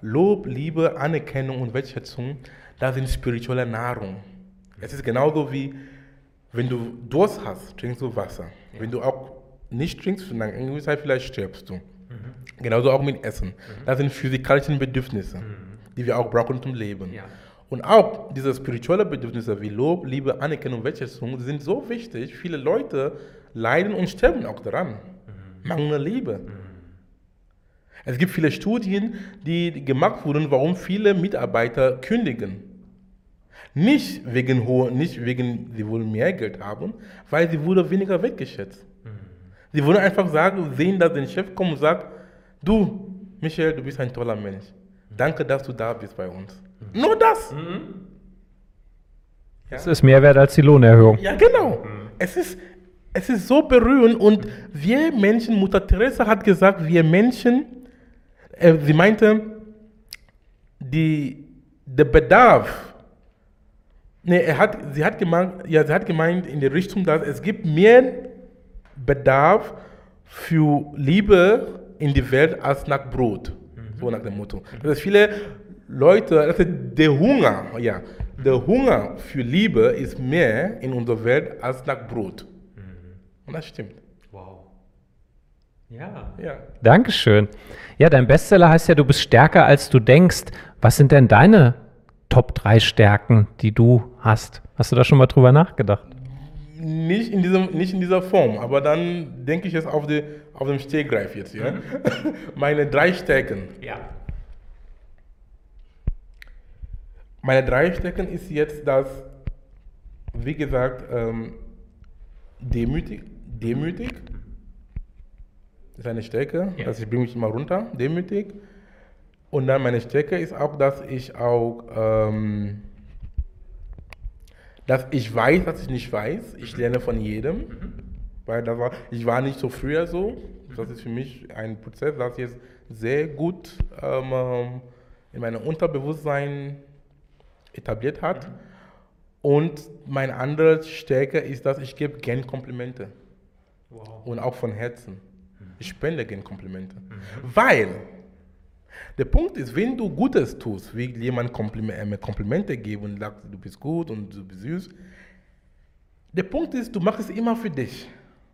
Lob, Liebe, Anerkennung und Wertschätzung, das sind spirituelle Nahrung. Es ist genauso wie, wenn du Durst hast, trinkst du Wasser. Ja. Wenn du auch nicht trinkst, dann irgendwie Zeit vielleicht stirbst du. Genauso auch mit Essen. Das sind physikalische Bedürfnisse, die wir auch brauchen zum Leben. Ja. Und auch diese spirituellen Bedürfnisse wie Lob, Liebe, Anerkennung, Wertschätzung sind so wichtig. Viele Leute leiden und sterben auch daran. Mangelnde Liebe. Es gibt viele Studien, die gemacht wurden, warum viele Mitarbeiter kündigen. Nicht wegen, sie wollen mehr Geld haben, weil sie wurden weniger wertgeschätzt. Sie wollen einfach sehen, dass der Chef kommt und sagt, du, Michael, du bist ein toller Mensch. Danke, dass du da bist bei uns. Nur das. Ja? Das ist mehr wert als die Lohnerhöhung. Ja, genau. Es ist so berührend und wir Menschen, Mutter Teresa hat gesagt, wir Menschen, sie meinte, der Bedarf, sie hat gemeint in der Richtung, dass es gibt mehr Bedarf für Liebe in die Welt als nach Brot. So nach dem Motto. Das heißt, viele Leute, der Hunger für Liebe ist mehr in unserer Welt als nach Brot. Und das stimmt. Wow. Ja. Dankeschön. Ja, dein Bestseller heißt ja, du bist stärker als du denkst. Was sind denn deine Top 3 Stärken, die du hast? Hast du da schon mal drüber nachgedacht? Nicht in dieser Form, aber dann denke ich jetzt auf dem Stegreif jetzt. Ja? Meine 3 Stärken. Ja. Meine 3 Stärken ist jetzt, dass, wie gesagt, demütig ist eine Stärke, dass ich bringe mich immer runter, demütig. Und dann meine Stärke ist auch, dass ich weiß, dass ich nicht weiß. Ich lerne von jedem, weil ich war nicht so früher so. Das ist für mich ein Prozess, das jetzt sehr gut in meinem Unterbewusstsein etabliert hat. Und meine andere Stärke ist, dass ich gebe gerne Komplimente. Wow. Und auch von Herzen. Ich spende gerne Komplimente. Weil der Punkt ist, wenn du Gutes tust, wie jemand Komplimente geben und sagt, du bist gut und du bist süß, der Punkt ist, du machst es immer für dich.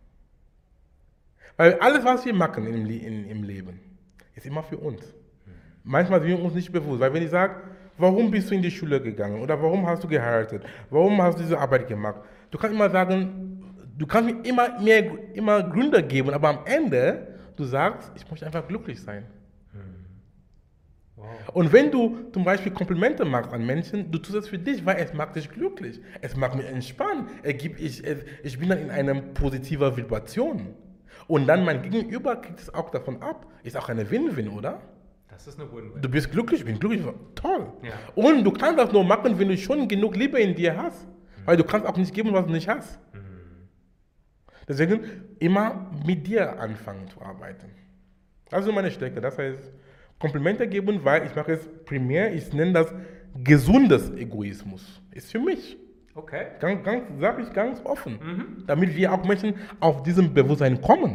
Weil alles, was wir machen im Leben, ist immer für uns. Manchmal sind wir uns nicht bewusst, weil wenn ich sage, warum bist du in die Schule gegangen oder warum hast du geheiratet, warum hast du diese Arbeit gemacht, du kannst immer sagen, du kannst mir immer Gründe geben, aber am Ende, du sagst, ich möchte einfach glücklich sein. Wow. Und wenn du zum Beispiel Komplimente machst an Menschen, du tust es für dich, weil es macht dich glücklich. Es macht mich entspannen. Ich bin dann in einer positiven Vibration. Und dann mein Gegenüber kriegt es auch davon ab. Ist auch eine Win-Win, oder? Das ist eine Win-Win. Du bist glücklich, ich bin glücklich. Toll. Ja. Und du kannst das nur machen, wenn du schon genug Liebe in dir hast. Weil du kannst auch nicht geben, was du nicht hast. Deswegen immer mit dir anfangen zu arbeiten. Das ist meine Stärke. Das heißt, Komplimente geben, weil ich mache es primär, ich nenne das gesundes Egoismus. Ist für mich. Okay. Sage ich ganz offen. Damit wir auch Menschen auf diesem Bewusstsein kommen.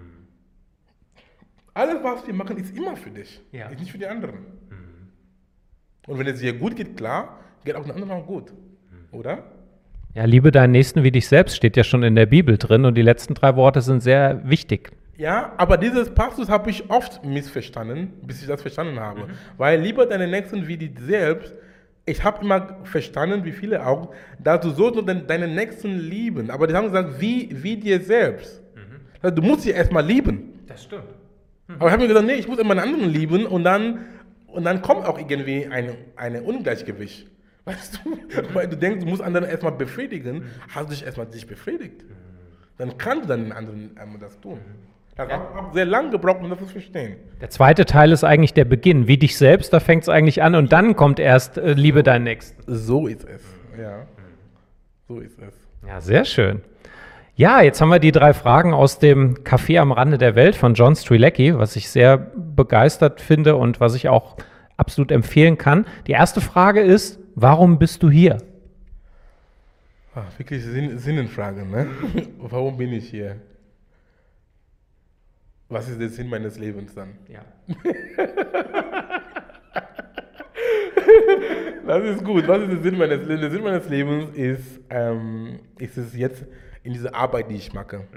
Alles, was wir machen, ist immer für dich. Ja. Ist nicht für die anderen. Und wenn es dir gut geht, klar, geht auch den anderen auch gut. Oder? Ja, liebe deinen Nächsten wie dich selbst steht ja schon in der Bibel drin und die letzten 3 Worte sind sehr wichtig. Ja, aber dieses Passus habe ich oft missverstanden, bis ich das verstanden habe. Weil liebe deinen Nächsten wie dich selbst, ich habe immer verstanden, wie viele auch, dass du sollst nur deinen Nächsten lieben. Aber die haben gesagt, wie dir selbst. Also, du musst dich erstmal lieben. Das stimmt. Aber ich habe mir gesagt, nee, ich muss immer einen anderen lieben und dann kommt auch irgendwie ein Ungleichgewicht. Weißt du? Weil du denkst, du musst anderen erstmal befriedigen, hast du dich erstmal befriedigt. Dann kannst du dann den anderen das tun. Das hat auch sehr lange gebraucht, um das zu verstehen. Der zweite Teil ist eigentlich der Beginn. Wie dich selbst, da fängt es eigentlich an und dann kommt erst Liebe deinen Nächsten. So ist es, ja. So ist es. Ja, sehr schön. Ja, jetzt haben wir die 3 Fragen aus dem Café am Rande der Welt von John Strilecki, was ich sehr begeistert finde und was ich auch absolut empfehlen kann. Die erste Frage ist, warum bist du hier? Wirklich Sinnfrage, ne? Warum bin ich hier? Was ist der Sinn meines Lebens dann? Ja. Das ist gut. Was ist der Sinn meines Lebens? Der Sinn meines Lebens ist es jetzt in dieser Arbeit, die ich mache,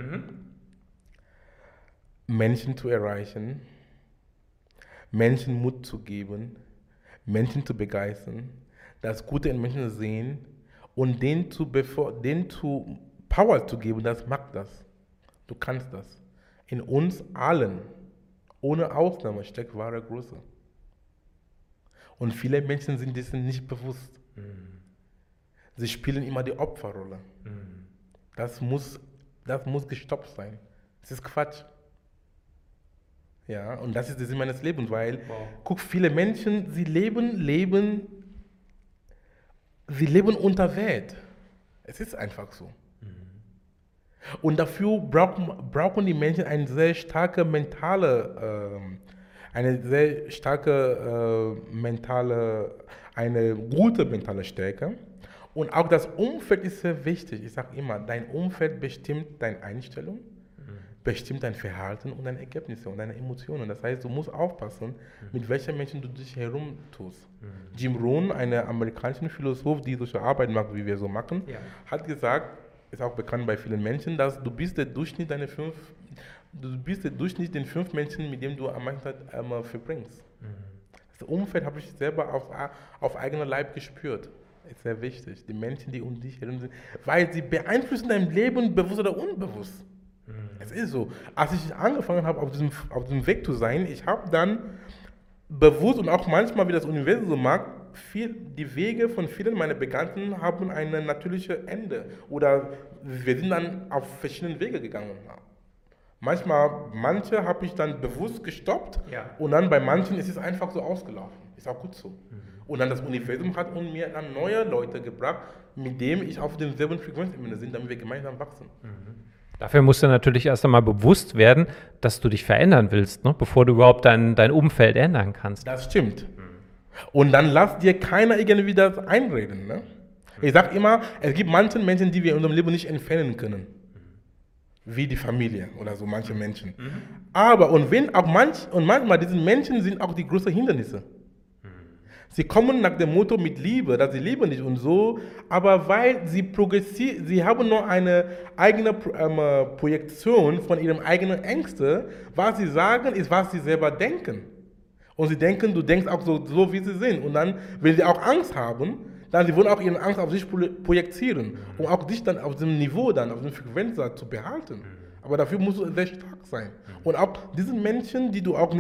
Menschen zu erreichen, Menschen Mut zu geben, Menschen zu begeistern, das Gute in Menschen sehen und denen zu Power zu geben, das macht das. Du kannst das. In uns allen, ohne Ausnahme, steckt wahre Größe. Und viele Menschen sind dessen nicht bewusst. Sie spielen immer die Opferrolle. Das muss gestoppt sein. Das ist Quatsch. Ja, und das ist der Sinn meines Lebens, weil, guck, viele Menschen, sie leben unter Wert. Es ist einfach so. Und dafür brauchen die Menschen eine gute mentale Stärke. Und auch das Umfeld ist sehr wichtig. Ich sage immer, dein Umfeld bestimmt deine Einstellung, bestimmt dein Verhalten und deine Ergebnisse und deine Emotionen. Das heißt, du musst aufpassen, mit welchen Menschen du dich herumtust. Jim Rohn, ein amerikanischer Philosoph, der solche Arbeit macht, wie wir so machen, hat gesagt, ist auch bekannt bei vielen Menschen, dass du bist der Durchschnitt den 5 Menschen, mit denen du am meisten Zeit verbringst. Das Umfeld habe ich selber auf eigener Leib gespürt. Ist sehr wichtig. Die Menschen, die um dich herum sind, weil sie beeinflussen dein Leben bewusst oder unbewusst. Es ist so. Als ich angefangen habe, auf diesem Weg zu sein, ich habe dann bewusst und auch manchmal, wie das Universum so mag, die Wege von vielen meiner Bekannten haben ein natürliches Ende. Oder wir sind dann auf verschiedene Wege gegangen. Manche habe ich dann bewusst gestoppt und dann bei manchen ist es einfach so ausgelaufen. Ist auch gut so. Und dann das Universum hat mir dann neue Leute gebracht, mit denen ich auf demselben Frequenzebene sind, damit wir gemeinsam wachsen. Dafür musst du natürlich erst einmal bewusst werden, dass du dich verändern willst, ne? Bevor du überhaupt dein Umfeld ändern kannst. Das stimmt. Und dann lass dir keiner irgendwie das einreden. Ne? Ich sage immer, es gibt manche Menschen, die wir in unserem Leben nicht entfernen können. Wie die Familie oder so manche Menschen. Aber manchmal diese Menschen sind auch die größten Hindernisse. Sie kommen nach dem Motto mit Liebe, dass sie lieben dich und so, aber weil sie haben nur eine eigene Projektion von ihren eigenen Ängsten. Was sie sagen, ist, was sie selber denken. Und sie denken, du denkst auch so wie sie sind. Und dann, wenn sie auch Angst haben, dann sie wollen auch ihre Angst auf sich projizieren, um auch dich dann auf dem Niveau, auf dem Frequenz zu behalten. Aber dafür musst du sehr stark sein. Und auch diese Menschen, die du auch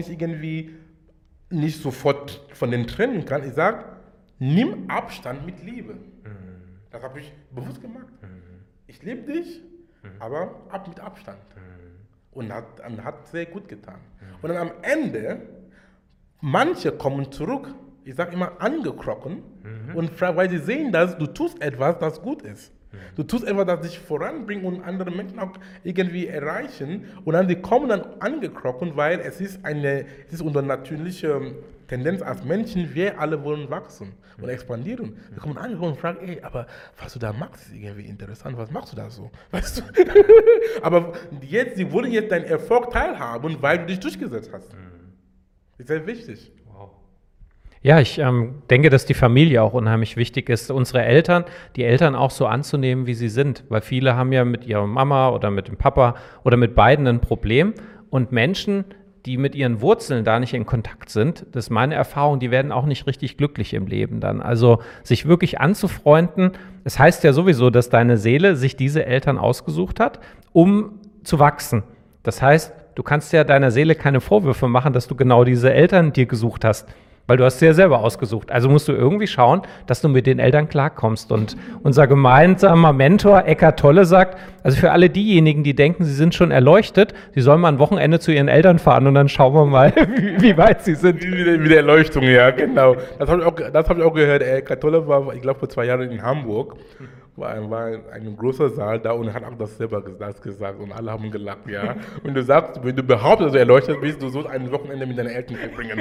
nicht sofort von denen trennen kannst, ich sage, nimm Abstand mit Liebe. Das habe ich bewusst gemacht. Ich liebe dich, aber mit Abstand. Und hat sehr gut getan. Und dann am Ende, manche kommen zurück, ich sage immer angekrochen, und weil sie sehen, dass du tust etwas, das gut ist. Du tust etwas, das dich voranbringt und andere Menschen auch irgendwie erreichen. Und dann, die kommen dann angekrochen, weil es ist unsere natürliche Tendenz als Menschen, wir alle wollen wachsen und expandieren. Wir kommen angekrochen und fragen, aber was du da machst, ist irgendwie interessant, was machst du da so? Weißt du? Aber sie wollen jetzt deinen Erfolg teilhaben, weil du dich durchgesetzt hast. Das ist sehr wichtig. Ja, ich denke, dass die Familie auch unheimlich wichtig ist. Die Eltern auch so anzunehmen, wie sie sind. Weil viele haben ja mit ihrer Mama oder mit dem Papa oder mit beiden ein Problem. Und Menschen, die mit ihren Wurzeln da nicht in Kontakt sind, das ist meine Erfahrung, die werden auch nicht richtig glücklich im Leben dann. Also sich wirklich anzufreunden, es heißt ja sowieso, dass deine Seele sich diese Eltern ausgesucht hat, um zu wachsen. Das heißt, du kannst ja deiner Seele keine Vorwürfe machen, dass du genau diese Eltern dir gesucht hast. Weil du hast sie ja selber ausgesucht. Also musst du irgendwie schauen, dass du mit den Eltern klarkommst. Und unser gemeinsamer Mentor Eckhart Tolle sagt, also für alle diejenigen, die denken, sie sind schon erleuchtet, sie sollen mal ein Wochenende zu ihren Eltern fahren und dann schauen wir mal, wie weit sie sind. Wie der Erleuchtung, ja, genau. Das hab ich auch gehört. Eckhart Tolle war, ich glaube, vor 2 Jahren in Hamburg. War ein großer Saal da und hat auch das selber gesagt und alle haben gelacht, ja. Und du sagst, wenn du behauptest, dass du erleuchtet bist, du sollst ein Wochenende mit deinen Eltern verbringen.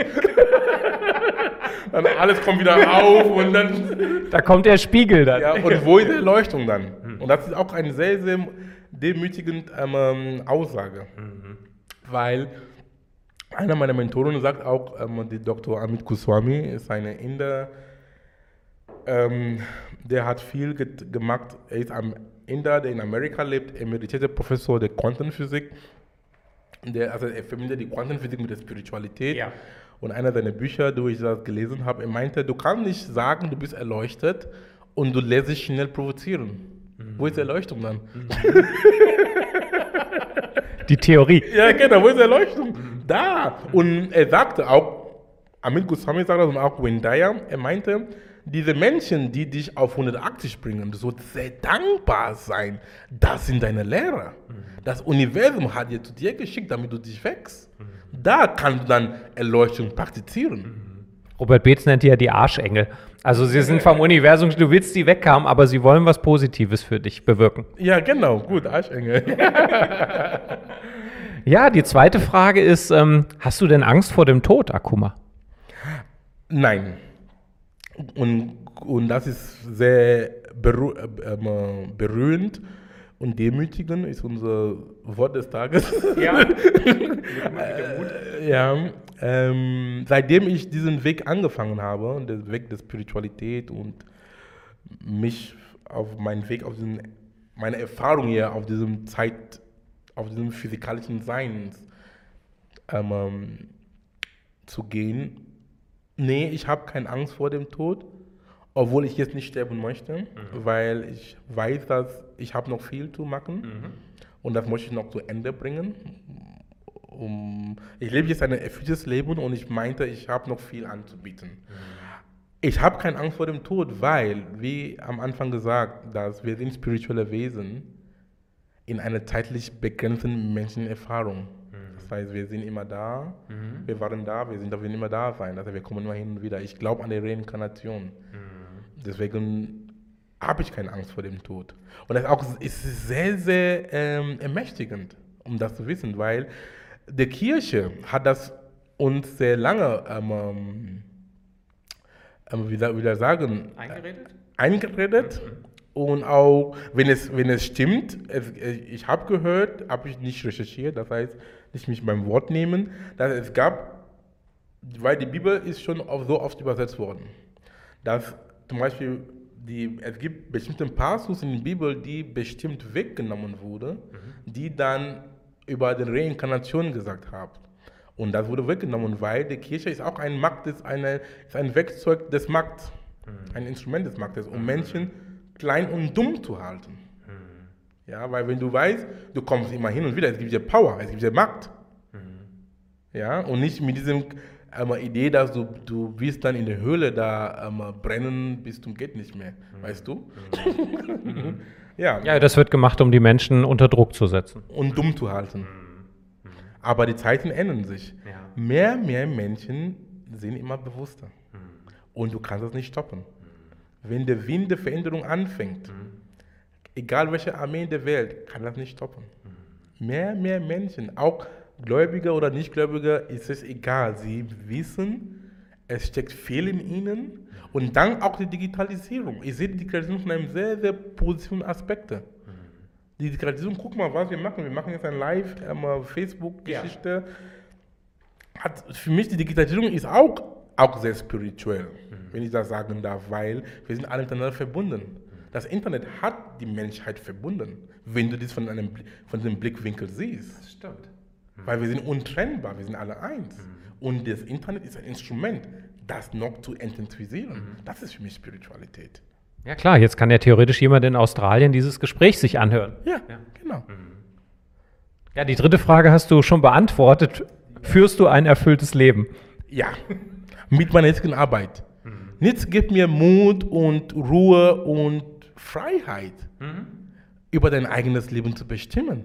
Dann alles kommt wieder auf und dann... Da kommt der Spiegel dann. Ja, und wo ist die Erleuchtung dann? Und das ist auch eine sehr, sehr demütigende Aussage. Weil einer meiner Mentoren sagt auch, die Dr. Amit Goswami ist eine der hat viel gemacht. Er ist ein Inder, der in Amerika lebt, emeritierter Professor der Quantenphysik. Er verbindet die Quantenphysik mit der Spiritualität. Ja. Und einer seiner Bücher, wo ich das gelesen habe, er meinte, du kannst nicht sagen, du bist erleuchtet und du lässt dich schnell provozieren. Wo ist die Erleuchtung dann? Die Theorie. Ja, genau, wo ist die Erleuchtung? Da. Und er sagte auch, Amit Goswami sagt das und auch Wendaya, er meinte, diese Menschen, die dich auf 180 bringen, du sollst sehr dankbar sein. Das sind deine Lehrer. Das Universum hat dir zu dir geschickt, damit du dich wächst. Da kannst du dann Erleuchtung praktizieren. Robert Beetz nennt die ja die Arschengel. Also sie sind vom Universum, du willst sie weghaben, aber sie wollen was Positives für dich bewirken. Ja, genau, gut, Arschengel. Ja, die zweite Frage ist, hast du denn Angst vor dem Tod, Akuma? Nein. Und das ist sehr berührend und demütigend, ist unser Wort des Tages. Ja. Seitdem ich diesen Weg angefangen habe, den Weg der Spiritualität und mich auf meinen Weg, meine Erfahrung hier auf diesem physikalischen Sein zu gehen. Nee, ich habe keine Angst vor dem Tod, obwohl ich jetzt nicht sterben möchte, weil ich weiß, dass ich habe noch viel zu machen und das möchte ich noch zu Ende bringen. Ich lebe jetzt ein erfülltes Leben und ich meinte, ich habe noch viel anzubieten. Ich habe keine Angst vor dem Tod, weil, wie am Anfang gesagt, dass wir sind spirituelle Wesen in einer zeitlich begrenzten Menschenerfahrung. Das heißt, wir sind immer da, wir waren da, wir werden immer da sein. Also wir kommen immer hin und wieder. Ich glaube an die Reinkarnation. Deswegen habe ich keine Angst vor dem Tod. Und das ist sehr, sehr ermächtigend, um das zu wissen, weil die Kirche hat das uns sehr lange, eingeredet. Und auch, wenn es stimmt, ich habe gehört, habe ich nicht recherchiert, das heißt, nicht mich beim Wort nehmen, dass es gab, weil die Bibel ist schon so oft übersetzt worden, dass zum Beispiel es gibt bestimmte Passus in der Bibel, die bestimmt weggenommen wurde, die dann über die Reinkarnation gesagt haben. Und das wurde weggenommen, weil die Kirche ist auch ein Werkzeug des Marktes, ein Instrument des Marktes, um Menschen klein und dumm zu halten. Ja, weil wenn du weißt, du kommst immer hin und wieder, es gibt ja Power, es gibt ja Macht. Ja, und nicht mit diesem Idee, dass du wirst dann in der Höhle da brennen bis zum geht nicht mehr, weißt du? Ja, das wird gemacht, um die Menschen unter Druck zu setzen. Und dumm zu halten. Aber die Zeiten ändern sich. Ja. Mehr Menschen sind immer bewusster. Und du kannst das nicht stoppen. Wenn der Wind der Veränderung anfängt, egal welche Armee in der Welt, kann das nicht stoppen. Mehr Menschen, auch Gläubige oder Nichtgläubige, ist es egal. Sie wissen, es steckt viel in ihnen. Und dann auch die Digitalisierung. Ich sehe die Digitalisierung von einem sehr, sehr positiven Aspekt. Die Digitalisierung, guck mal, was wir machen. Wir machen jetzt ein Live-Facebook-Geschichte. Ja. Für mich, die Digitalisierung ist auch sehr spirituell, wenn ich das sagen darf, weil wir sind alle miteinander verbunden. Das Internet hat die Menschheit verbunden, wenn du das von dem Blickwinkel siehst. Das stimmt. Weil wir sind untrennbar, wir sind alle eins. Und das Internet ist ein Instrument, das noch zu intensivieren. Das ist für mich Spiritualität. Ja klar, jetzt kann ja theoretisch jemand in Australien dieses Gespräch sich anhören. Ja. Genau. Ja, die dritte Frage hast du schon beantwortet. Führst du ein erfülltes Leben? Ja, mit meiner jetzigen Arbeit. Nichts gibt mir Mut und Ruhe und Freiheit, über dein eigenes Leben zu bestimmen.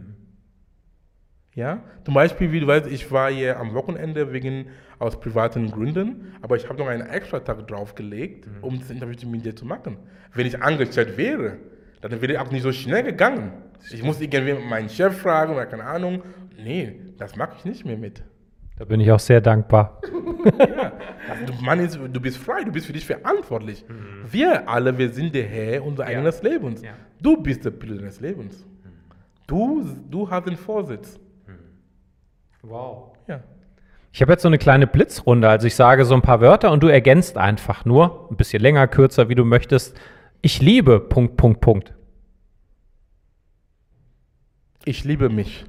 Ja, zum Beispiel, wie du weißt, ich war hier am Wochenende aus privaten Gründen, aber ich habe noch einen extra Tag draufgelegt, um das Interview mit dir zu machen. Wenn ich angestellt wäre, dann wäre ich auch nicht so schnell gegangen. Ich muss irgendwie meinen Chef fragen oder keine Ahnung. Nee, das mache ich nicht mehr mit. Da bin ich auch sehr dankbar. Ja, also du bist frei, du bist für dich verantwortlich. Wir sind der Herr unseres eigenen Lebens. Ja. Du bist der Pilot deines Lebens. Du hast den Vorsitz. Wow. Ja. Ich habe jetzt so eine kleine Blitzrunde, also ich sage so ein paar Wörter und du ergänzt einfach nur, ein bisschen länger, kürzer, wie du möchtest. Ich liebe, Punkt, Punkt, Punkt. Ich liebe mich,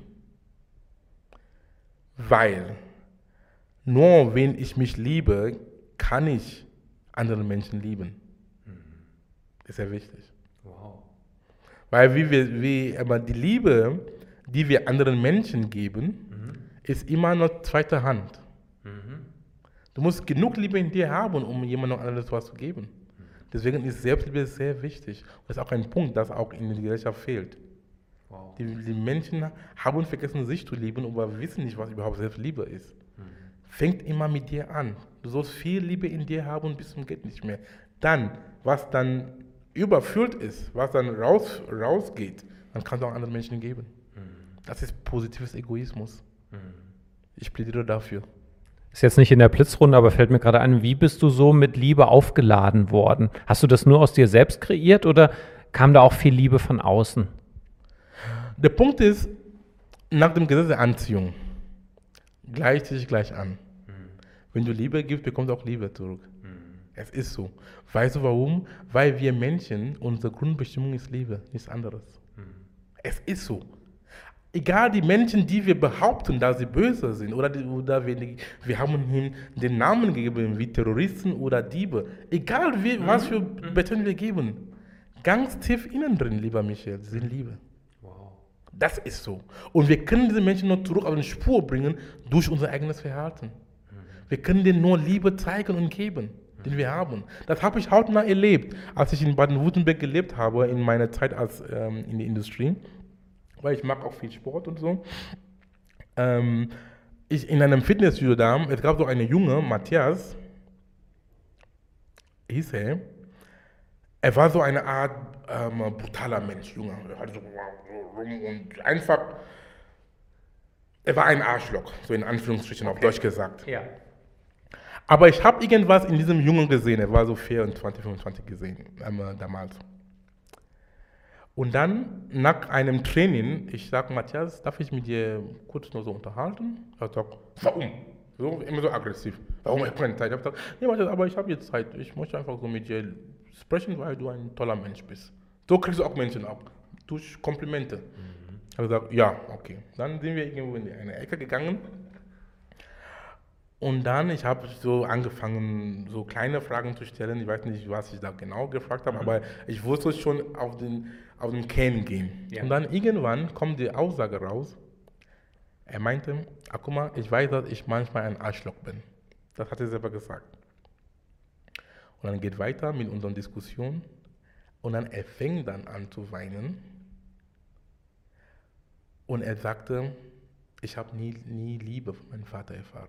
weil nur wenn ich mich liebe, kann ich andere Menschen lieben. Das ist sehr wichtig. Wow. Weil aber die Liebe, die wir anderen Menschen geben, ist immer noch zweiter Hand. Du musst genug Liebe in dir haben, um jemandem anderes was zu geben. Deswegen ist Selbstliebe sehr wichtig. Das ist auch ein Punkt, das auch in der Gesellschaft fehlt. Wow. Die Menschen haben vergessen, sich zu lieben, aber wissen nicht, was überhaupt Selbstliebe ist. Fängt immer mit dir an. Du sollst viel Liebe in dir haben bis zum geht nicht mehr. Dann, was dann überfüllt ist, was dann rausgeht, dann kannst du auch anderen Menschen geben. Das ist positives Egoismus. Ich plädiere dafür. Ist jetzt nicht in der Blitzrunde, aber fällt mir gerade ein, wie bist du so mit Liebe aufgeladen worden? Hast du das nur aus dir selbst kreiert oder kam da auch viel Liebe von außen? Der Punkt ist, nach dem Gesetz der Anziehung, gleicht sich gleich an. Wenn du Liebe gibst, bekommst du auch Liebe zurück. Es ist so. Weißt du warum? Weil wir Menschen, unsere Grundbestimmung ist Liebe, nichts anderes. Es ist so. Egal die Menschen, die wir behaupten, dass sie böse sind, oder wir haben ihnen den Namen gegeben, wie Terroristen oder Diebe. Egal was für Beton wir geben. Ganz tief innen drin, lieber Michael, sind Liebe. Wow. Das ist so. Und wir können diese Menschen nur zurück auf die Spur bringen durch unser eigenes Verhalten. Wir können denen nur Liebe zeigen und geben, den wir haben. Das habe ich hautnah erlebt, als ich in Baden-Württemberg gelebt habe, in meiner Zeit in der Industrie. Weil ich mag auch viel Sport und so. Ich in einem Fitnessstudio da, es gab so eine Junge, Matthias, hieß er. Er war so eine Art brutaler Mensch, Junge. Er hatte so rum und einfach, er war ein Arschloch, so in Anführungsstrichen, auf Deutsch gesagt. Ja. Aber ich habe irgendwas in diesem Jungen gesehen, er war so 24, 25 gesehen, damals. Und dann, nach einem Training, ich sage, Matthias, darf ich mit dir kurz nur so unterhalten? Er sagt, warum? So, immer so aggressiv. Warum? Ich habe keine Zeit. Ich habe gesagt, nee, Matthias, aber ich habe jetzt Zeit. Ich möchte einfach so mit dir sprechen, weil du ein toller Mensch bist. So kriegst du auch Menschen ab, durch Komplimente. Ich habe gesagt, ja, okay. Dann sind wir irgendwo in eine Ecke gegangen. Und dann, ich habe so angefangen, so kleine Fragen zu stellen. Ich weiß nicht, was ich da genau gefragt habe, aber ich wusste schon auf den Kern gehen. Ja. Und dann irgendwann kommt die Aussage raus. Er meinte, guck mal, ich weiß, dass ich manchmal ein Arschloch bin. Das hat er selber gesagt. Und dann geht weiter mit unseren Diskussionen. Und dann er fängt dann an zu weinen. Und er sagte, ich habe nie Liebe von meinem Vater erfahren.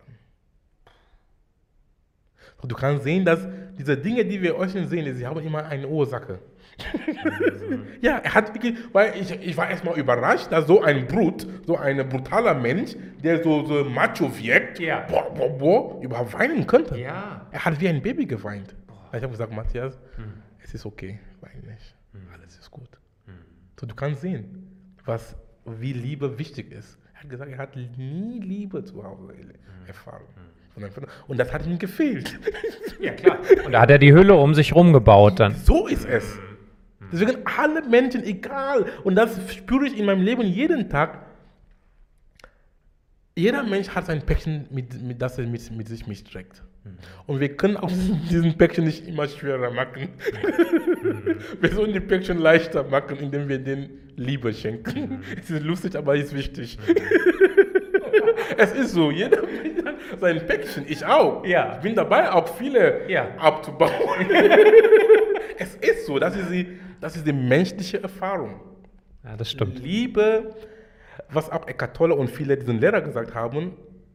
Du kannst sehen, dass diese Dinge, die wir euch sehen, sie haben immer eine Ursache. Ja, er hat wirklich, weil ich war erstmal überrascht, dass so ein brutaler Mensch, der so macho wirkt, überhaupt weinen könnte. Ja. Er hat wie ein Baby geweint. Ich habe gesagt, Matthias, es ist okay, wein nicht. Alles ist gut. So, du kannst sehen, wie Liebe wichtig ist. Er hat gesagt, er hat nie Liebe zu Hause erfahren. Und das hat ihm gefehlt. Ja, klar. Und da hat er die Hülle um sich rum gebaut dann. So ist es. Deswegen alle Menschen, egal, und das spüre ich in meinem Leben jeden Tag, jeder Mensch hat sein Päckchen, das er mit sich mitträgt. Und wir können auch diesen Päckchen nicht immer schwerer machen. Wir sollen die Päckchen leichter machen, indem wir denen Liebe schenken. Es ist lustig, aber es ist wichtig. Es ist so, jeder hat sein Päckchen, ich auch. Ja. Ich bin dabei, auch viele abzubauen. Es ist so, das ist die menschliche Erfahrung. Ja, das stimmt. Liebe, was auch Eckhart Tolle und viele diesen Lehrer gesagt haben,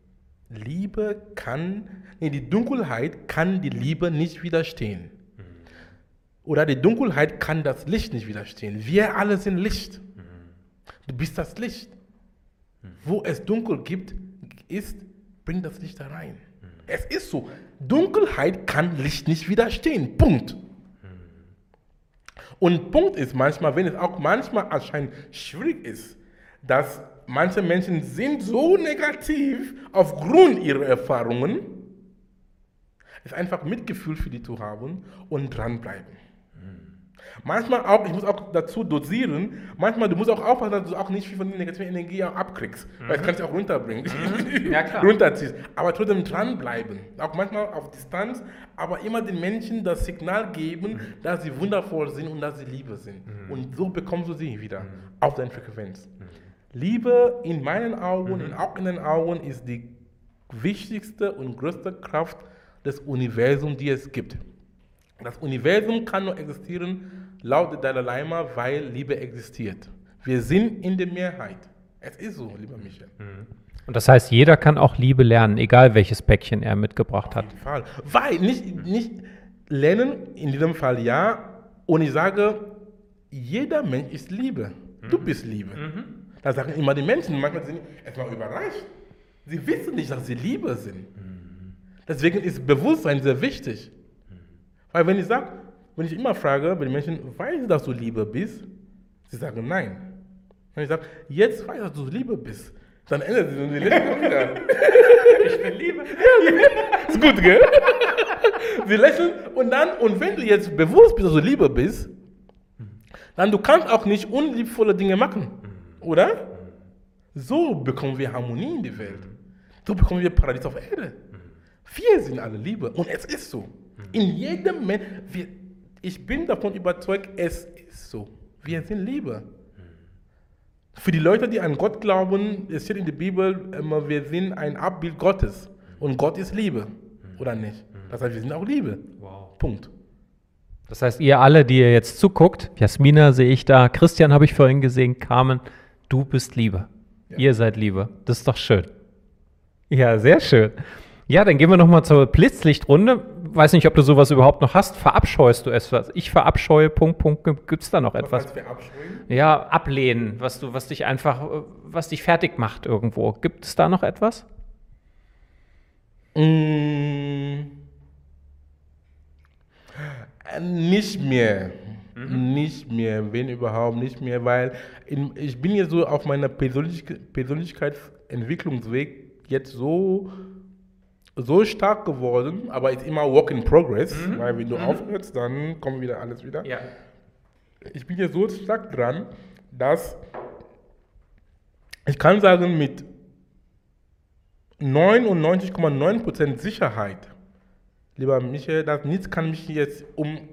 die Dunkelheit kann die Liebe nicht widerstehen. Oder die Dunkelheit kann das Licht nicht widerstehen. Wir alle sind Licht. Du bist das Licht. Wo es dunkel ist, bringt das Licht da rein. Es ist so. Dunkelheit kann Licht nicht widerstehen. Punkt. Und Punkt ist manchmal, wenn es auch manchmal anscheinend schwierig ist, dass manche Menschen sind so negativ aufgrund ihrer Erfahrungen, ist einfach Mitgefühl für die zu haben und dranbleiben. Manchmal auch, ich muss auch dazu dosieren, manchmal, du musst auch aufpassen, dass du auch nicht viel von der negativen Energie auch abkriegst, weil das kann dich auch runterbringen, Ja, klar. runterziehst, aber trotzdem dranbleiben, auch manchmal auf Distanz, aber immer den Menschen das Signal geben, dass sie wundervoll sind und dass sie Liebe sind. Und so bekommst du sie wieder auf deine Frequenz. Liebe in meinen Augen und auch in den Augen ist die wichtigste und größte Kraft des Universums, die es gibt. Das Universum kann nur existieren, laut Dalai Lama, weil Liebe existiert. Wir sind in der Mehrheit. Es ist so, lieber Michael. Und das heißt, jeder kann auch Liebe lernen, egal welches Päckchen er mitgebracht hat. Auf jeden Fall. Weil nicht lernen, in diesem Fall ja, und ich sage, jeder Mensch ist Liebe. Du bist Liebe. Das sagen immer die Menschen, manchmal sind sie erstmal überrascht. Sie wissen nicht, dass sie Liebe sind. Deswegen ist Bewusstsein sehr wichtig. Weil wenn ich immer frage, wenn die Menschen, weißt du, dass du Liebe bist? Sie sagen nein. Wenn ich sage, jetzt weißt du, dass du Liebe bist, dann ändert sich und sie lächeln wieder. Ich bin Liebe. Ist gut, gell? Sie lächeln und wenn du jetzt bewusst bist, dass du Liebe bist, dann du kannst auch nicht unliebvolle Dinge machen, oder? So bekommen wir Harmonie in die Welt. So bekommen wir Paradies auf Erde. Wir sind alle Liebe und es ist so. In jedem Mensch, ich bin davon überzeugt, es ist so. Wir sind Liebe. Für die Leute, die an Gott glauben, es steht in der Bibel immer, wir sind ein Abbild Gottes. Und Gott ist Liebe, oder nicht? Das heißt, wir sind auch Liebe. Wow. Punkt. Das heißt, ihr alle, die ihr jetzt zuguckt, Jasmina sehe ich da, Christian habe ich vorhin gesehen, Carmen, du bist Liebe. Ja. Ihr seid Liebe. Das ist doch schön. Ja, sehr schön. Ja, dann gehen wir nochmal zur Blitzlichtrunde. Weiß nicht, ob du sowas überhaupt noch hast. Verabscheust du etwas? Ich verabscheue, Gibt es da noch etwas? Was heißt verabscheuen? Ja, ablehnen, was dich fertig macht irgendwo. Gibt es da noch etwas? Nicht mehr. Nicht mehr, wenn überhaupt nicht mehr, weil ich bin jetzt so auf meiner Persönlichkeitsentwicklungsweg jetzt so stark geworden, aber ist immer Work in Progress, weil wenn du aufhörst, dann kommt wieder alles wieder. Ja. Ich bin jetzt so stark dran, dass ich kann sagen, mit 99,9% Sicherheit, lieber Michael, dass nichts kann mich jetzt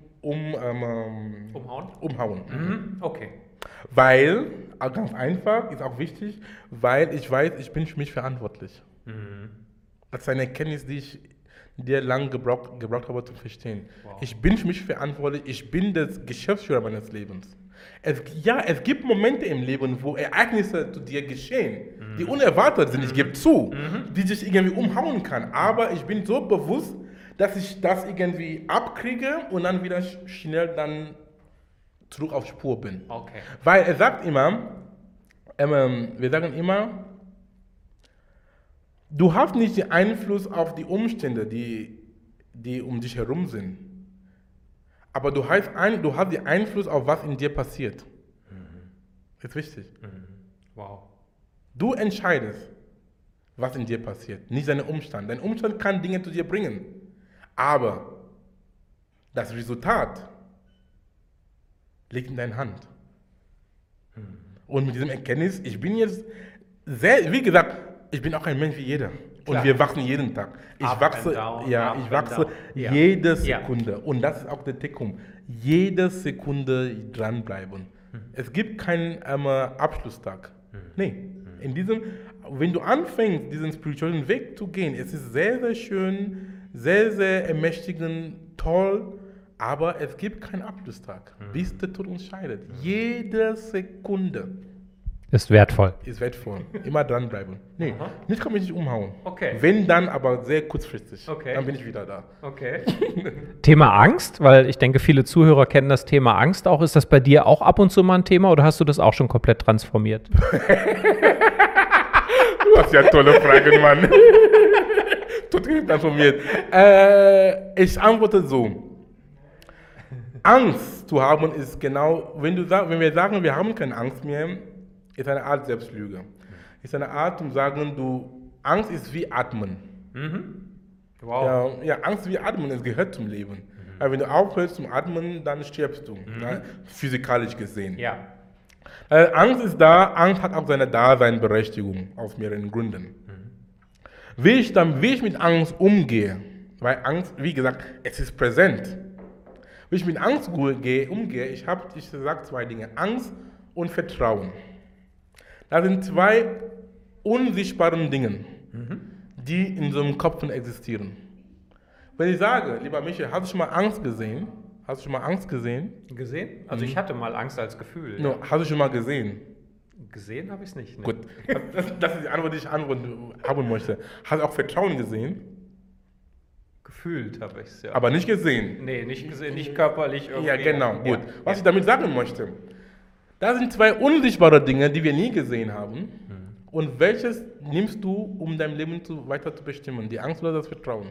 umhauen. Okay. Weil, ganz einfach, ist auch wichtig, weil ich weiß, ich bin für mich verantwortlich. Das ist eine Erkenntnis, die ich lange gebraucht habe zu verstehen. Wow. Ich bin für mich verantwortlich, ich bin der Geschäftsführer meines Lebens. Es gibt Momente im Leben, wo Ereignisse zu dir geschehen, die unerwartet sind, ich gebe zu, die sich irgendwie umhauen kann. Aber ich bin so bewusst, dass ich das irgendwie abkriege und dann wieder schnell dann zurück auf Spur bin. Okay. Weil er sagt immer, wir sagen immer, du hast nicht den Einfluss auf die Umstände, die um dich herum sind. Aber du hast den Einfluss auf was in dir passiert. Das ist wichtig. Wow. Du entscheidest, was in dir passiert, nicht dein Umstand. Dein Umstand kann Dinge zu dir bringen. Aber das Resultat liegt in deiner Hand. Und mit diesem Erkenntnis, ich bin jetzt wie gesagt, ich bin auch ein Mensch wie jeder. Klar. Und wir wachsen jeden Tag. Ich wachse jede Sekunde. Ja. Und das ist auch der Tickung. Jede Sekunde dranbleiben. Es gibt keinen Abschlusstag. Nee. Wenn du anfängst, diesen spirituellen Weg zu gehen, es ist sehr, sehr schön, sehr, sehr ermächtigend, toll, aber es gibt keinen Abschlusstag, bis der Tod uns scheidet. Jede Sekunde ist wertvoll. Ist wertvoll. Immer dranbleiben. Nee, nicht kann mich nicht umhauen. Okay. Wenn dann, aber sehr kurzfristig. Okay. Dann bin ich wieder da. Okay. Thema Angst, weil ich denke, viele Zuhörer kennen das Thema Angst auch. Ist das bei dir auch ab und zu mal ein Thema oder hast du das auch schon komplett transformiert? Du hast ja tolle Fragen, Mann. Total transformiert. Ich antworte so. Angst zu haben ist genau, wenn wir sagen, wir haben keine Angst mehr, ist eine Art Selbstlüge. Ist eine Art, um zu sagen, Angst ist wie Atmen. Wow. Ja, Angst wie Atmen, es gehört zum Leben. Weil wenn du aufhörst zum Atmen, dann stirbst du, physikalisch gesehen. Ja. Angst ist da, Angst hat auch seine Daseinberechtigung aus mehreren Gründen. Wie ich mit Angst umgehe, weil Angst, wie gesagt, es ist präsent. Wie ich mit Angst umgehe, ich sage zwei Dinge, Angst und Vertrauen. Das sind zwei unsichtbare Dinge, die in so einem Kopf existieren. Wenn ich sage, lieber Michael, hast du schon mal Angst gesehen? Hast du schon mal Angst gesehen? Gesehen? Also ich hatte mal Angst als Gefühl. No, hast du schon mal gesehen? Gesehen habe ich es nicht. Ne? Gut, das ist die Antwort, die ich haben möchte. Hast du auch Vertrauen gesehen? Gefühlt habe ich es, ja. Aber nicht gesehen? Nee, nicht gesehen, nicht körperlich irgendwie. Ja, genau, gut. Ja. Was ich damit sagen möchte, da sind zwei unsichtbare Dinge, die wir nie gesehen haben. Und welches nimmst du, um dein Leben weiter zu bestimmen? Die Angst oder das Vertrauen?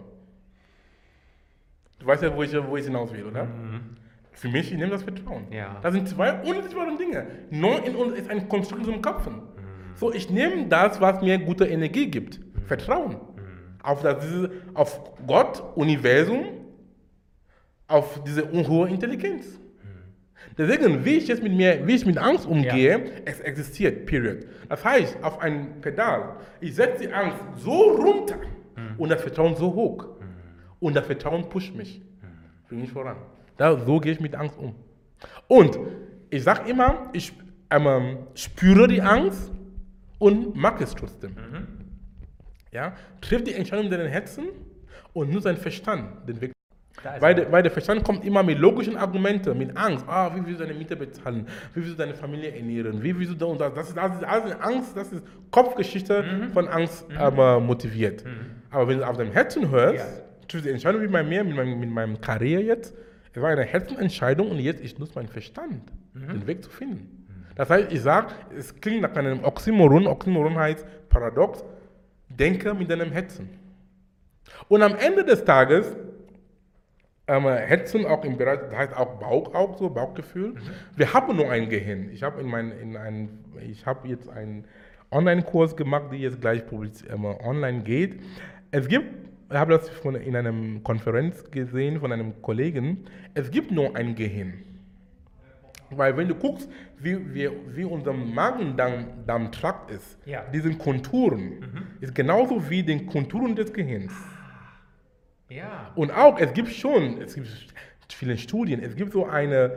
Du weißt ja, wo ich hinaus will, oder? Für mich, ich nehme das Vertrauen. Ja. Das sind zwei unsichtbare Dinge. Nur in uns ist ein Konstrukt in unserem Kopf. So, ich nehme das, was mir gute Energie gibt. Vertrauen. Auf Gott, Universum, auf diese hohe Intelligenz. Deswegen, wie ich mit Angst umgehe, es existiert, period. Das heißt, auf ein Pedal, ich setze die Angst so runter und das Vertrauen so hoch. Und das Vertrauen pusht mich, bringt mich voran. So gehe ich mit Angst um. Und ich sage immer, ich spüre die Angst und mag es trotzdem. Ja? Triff die Entscheidung mit deinen Herzen und nutze deinen Verstand, den Weg. Weil der Verstand kommt immer mit logischen Argumenten, mit Angst. Wie willst du deine Miete bezahlen? Wie willst du deine Familie ernähren? Wie willst du das? Das ist alles Angst, das ist Kopfgeschichte von Angst motiviert. Aber wenn du auf deinem Herzen hörst, die Entscheidung wie bei mir, mit meinem Karriere jetzt, es war eine Herzenentscheidung und jetzt ich nutze meinen Verstand, den Weg zu finden. Das heißt, ich sage, es klingt nach einem Oxymoron. Oxymoron heißt Paradox, denke mit deinem Herzen. Und am Ende des Tages, Herzen auch im Bereich, das heißt auch Bauchgefühl. Wir haben nur ein Gehirn. Ich habe jetzt einen Online-Kurs gemacht, der jetzt gleich online geht. Ich habe das in einer Konferenz gesehen von einem Kollegen. Es gibt nur ein Gehirn. Weil wenn du guckst, wie unser Magen-Darm-Trakt ist, diese Konturen, ist genauso wie den Konturen des Gehirns. Ja. Und auch, es gibt viele Studien, es gibt so eine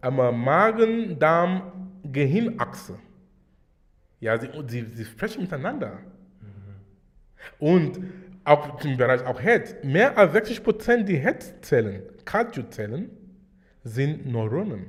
Magen-Darm-Gehirnachse. Ja, sie sprechen miteinander. Und auch im Bereich auch Herz, mehr als 60% die Herzzellen, Cardiozellen, sind Neuronen.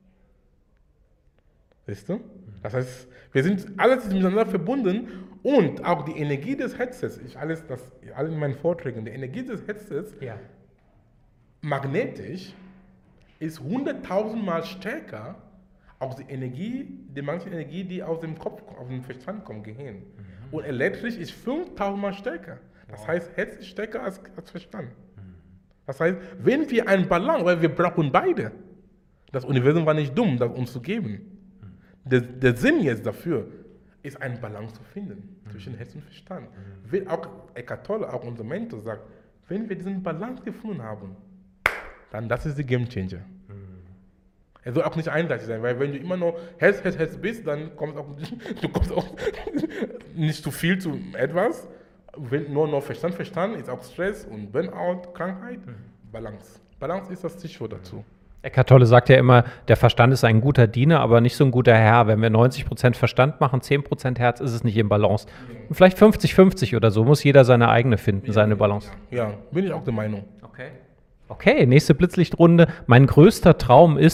Weißt du? Das heißt, wir sind alles miteinander verbunden und auch die Energie des Herzens, alles in meinen Vorträgen, die Energie des Herzens, magnetisch, ist 100.000 Mal stärker als die manche Energie, die aus dem Kopf, aus dem Verstand kommt, Gehirn. Und elektrisch ist 5.000 Mal stärker. Das heißt, Herz ist stärker als Verstand. Das heißt, wenn wir einen Balance, weil wir brauchen beide. Das Universum war nicht dumm, das uns zu geben. Der Sinn jetzt dafür ist, einen Balance zu finden zwischen Herz und Verstand. Wie auch Eckhart Tolle, auch unser Mentor sagt, wenn wir diesen Balance gefunden haben, dann das ist der Game Changer. Er soll auch nicht einseitig sein, weil wenn du immer nur Herz bist, dann kommst auch nicht zu viel zu etwas. Wenn nur Verstand ist auch Stress und Burnout, Krankheit. Balance. Balance ist das Stichwort dazu. Eckhart Tolle sagt ja immer, der Verstand ist ein guter Diener, aber nicht so ein guter Herr. Wenn wir 90% Verstand machen, 10% Herz, ist es nicht im Balance. Und vielleicht 50-50 oder so, muss jeder seine eigene finden, seine Balance. Ja, bin ich auch der Meinung. Okay, nächste Blitzlichtrunde. Mein größter Traum ist... ...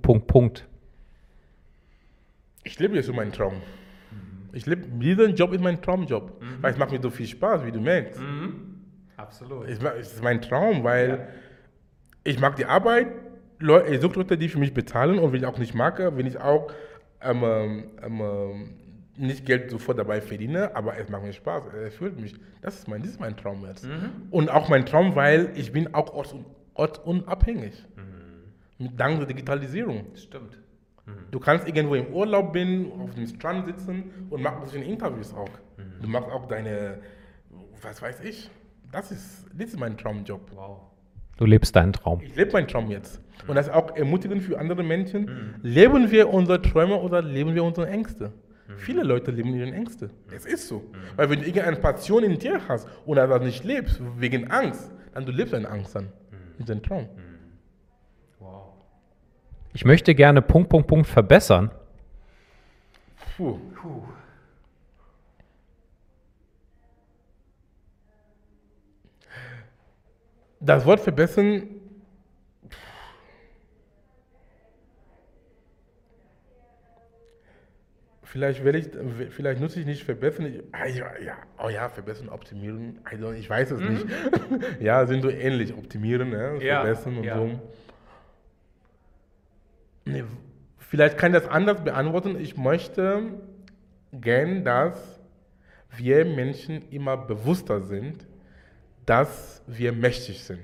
Ich lebe jetzt so meinen Traum. Dieser Job ist mein Traumjob, weil es macht mir so viel Spaß, wie du merkst. Absolut. Es ist mein Traum, weil ich mag die Arbeit. Ich suche Leute, die für mich bezahlen, und wenn ich auch nicht mag, wenn ich auch nicht Geld sofort dabei verdiene, aber es macht mir Spaß, es erfüllt mich. Das ist mein Traum jetzt. Und auch mein Traum, weil ich bin auch ortsunabhängig. Dank der Digitalisierung. Stimmt. Du kannst irgendwo im Urlaub bin, auf dem Strand sitzen und machst Interviews auch. Du machst auch deine, was weiß ich, das ist mein Traumjob. Wow. Du lebst deinen Traum. Ich lebe meinen Traum jetzt. Und das ist auch ermutigend für andere Menschen. Leben wir unsere Träume oder leben wir unsere Ängste? Viele Leute leben ihre Ängste. Es ist so. Weil wenn du irgendeine Passion in dir hast und das nicht lebst, wegen Angst, dann du lebst deine Angst an. Mit deinem Traum. Wow. Ich möchte gerne ... verbessern. Puh. Das Wort verbessern, vielleicht nutze ich nicht verbessern. Verbessern, optimieren. Also ich weiß es nicht. Ja, sind so ähnlich. Optimieren, verbessern und so. Nee, vielleicht kann ich das anders beantworten. Ich möchte gern, dass wir Menschen immer bewusster sind, dass wir mächtig sind.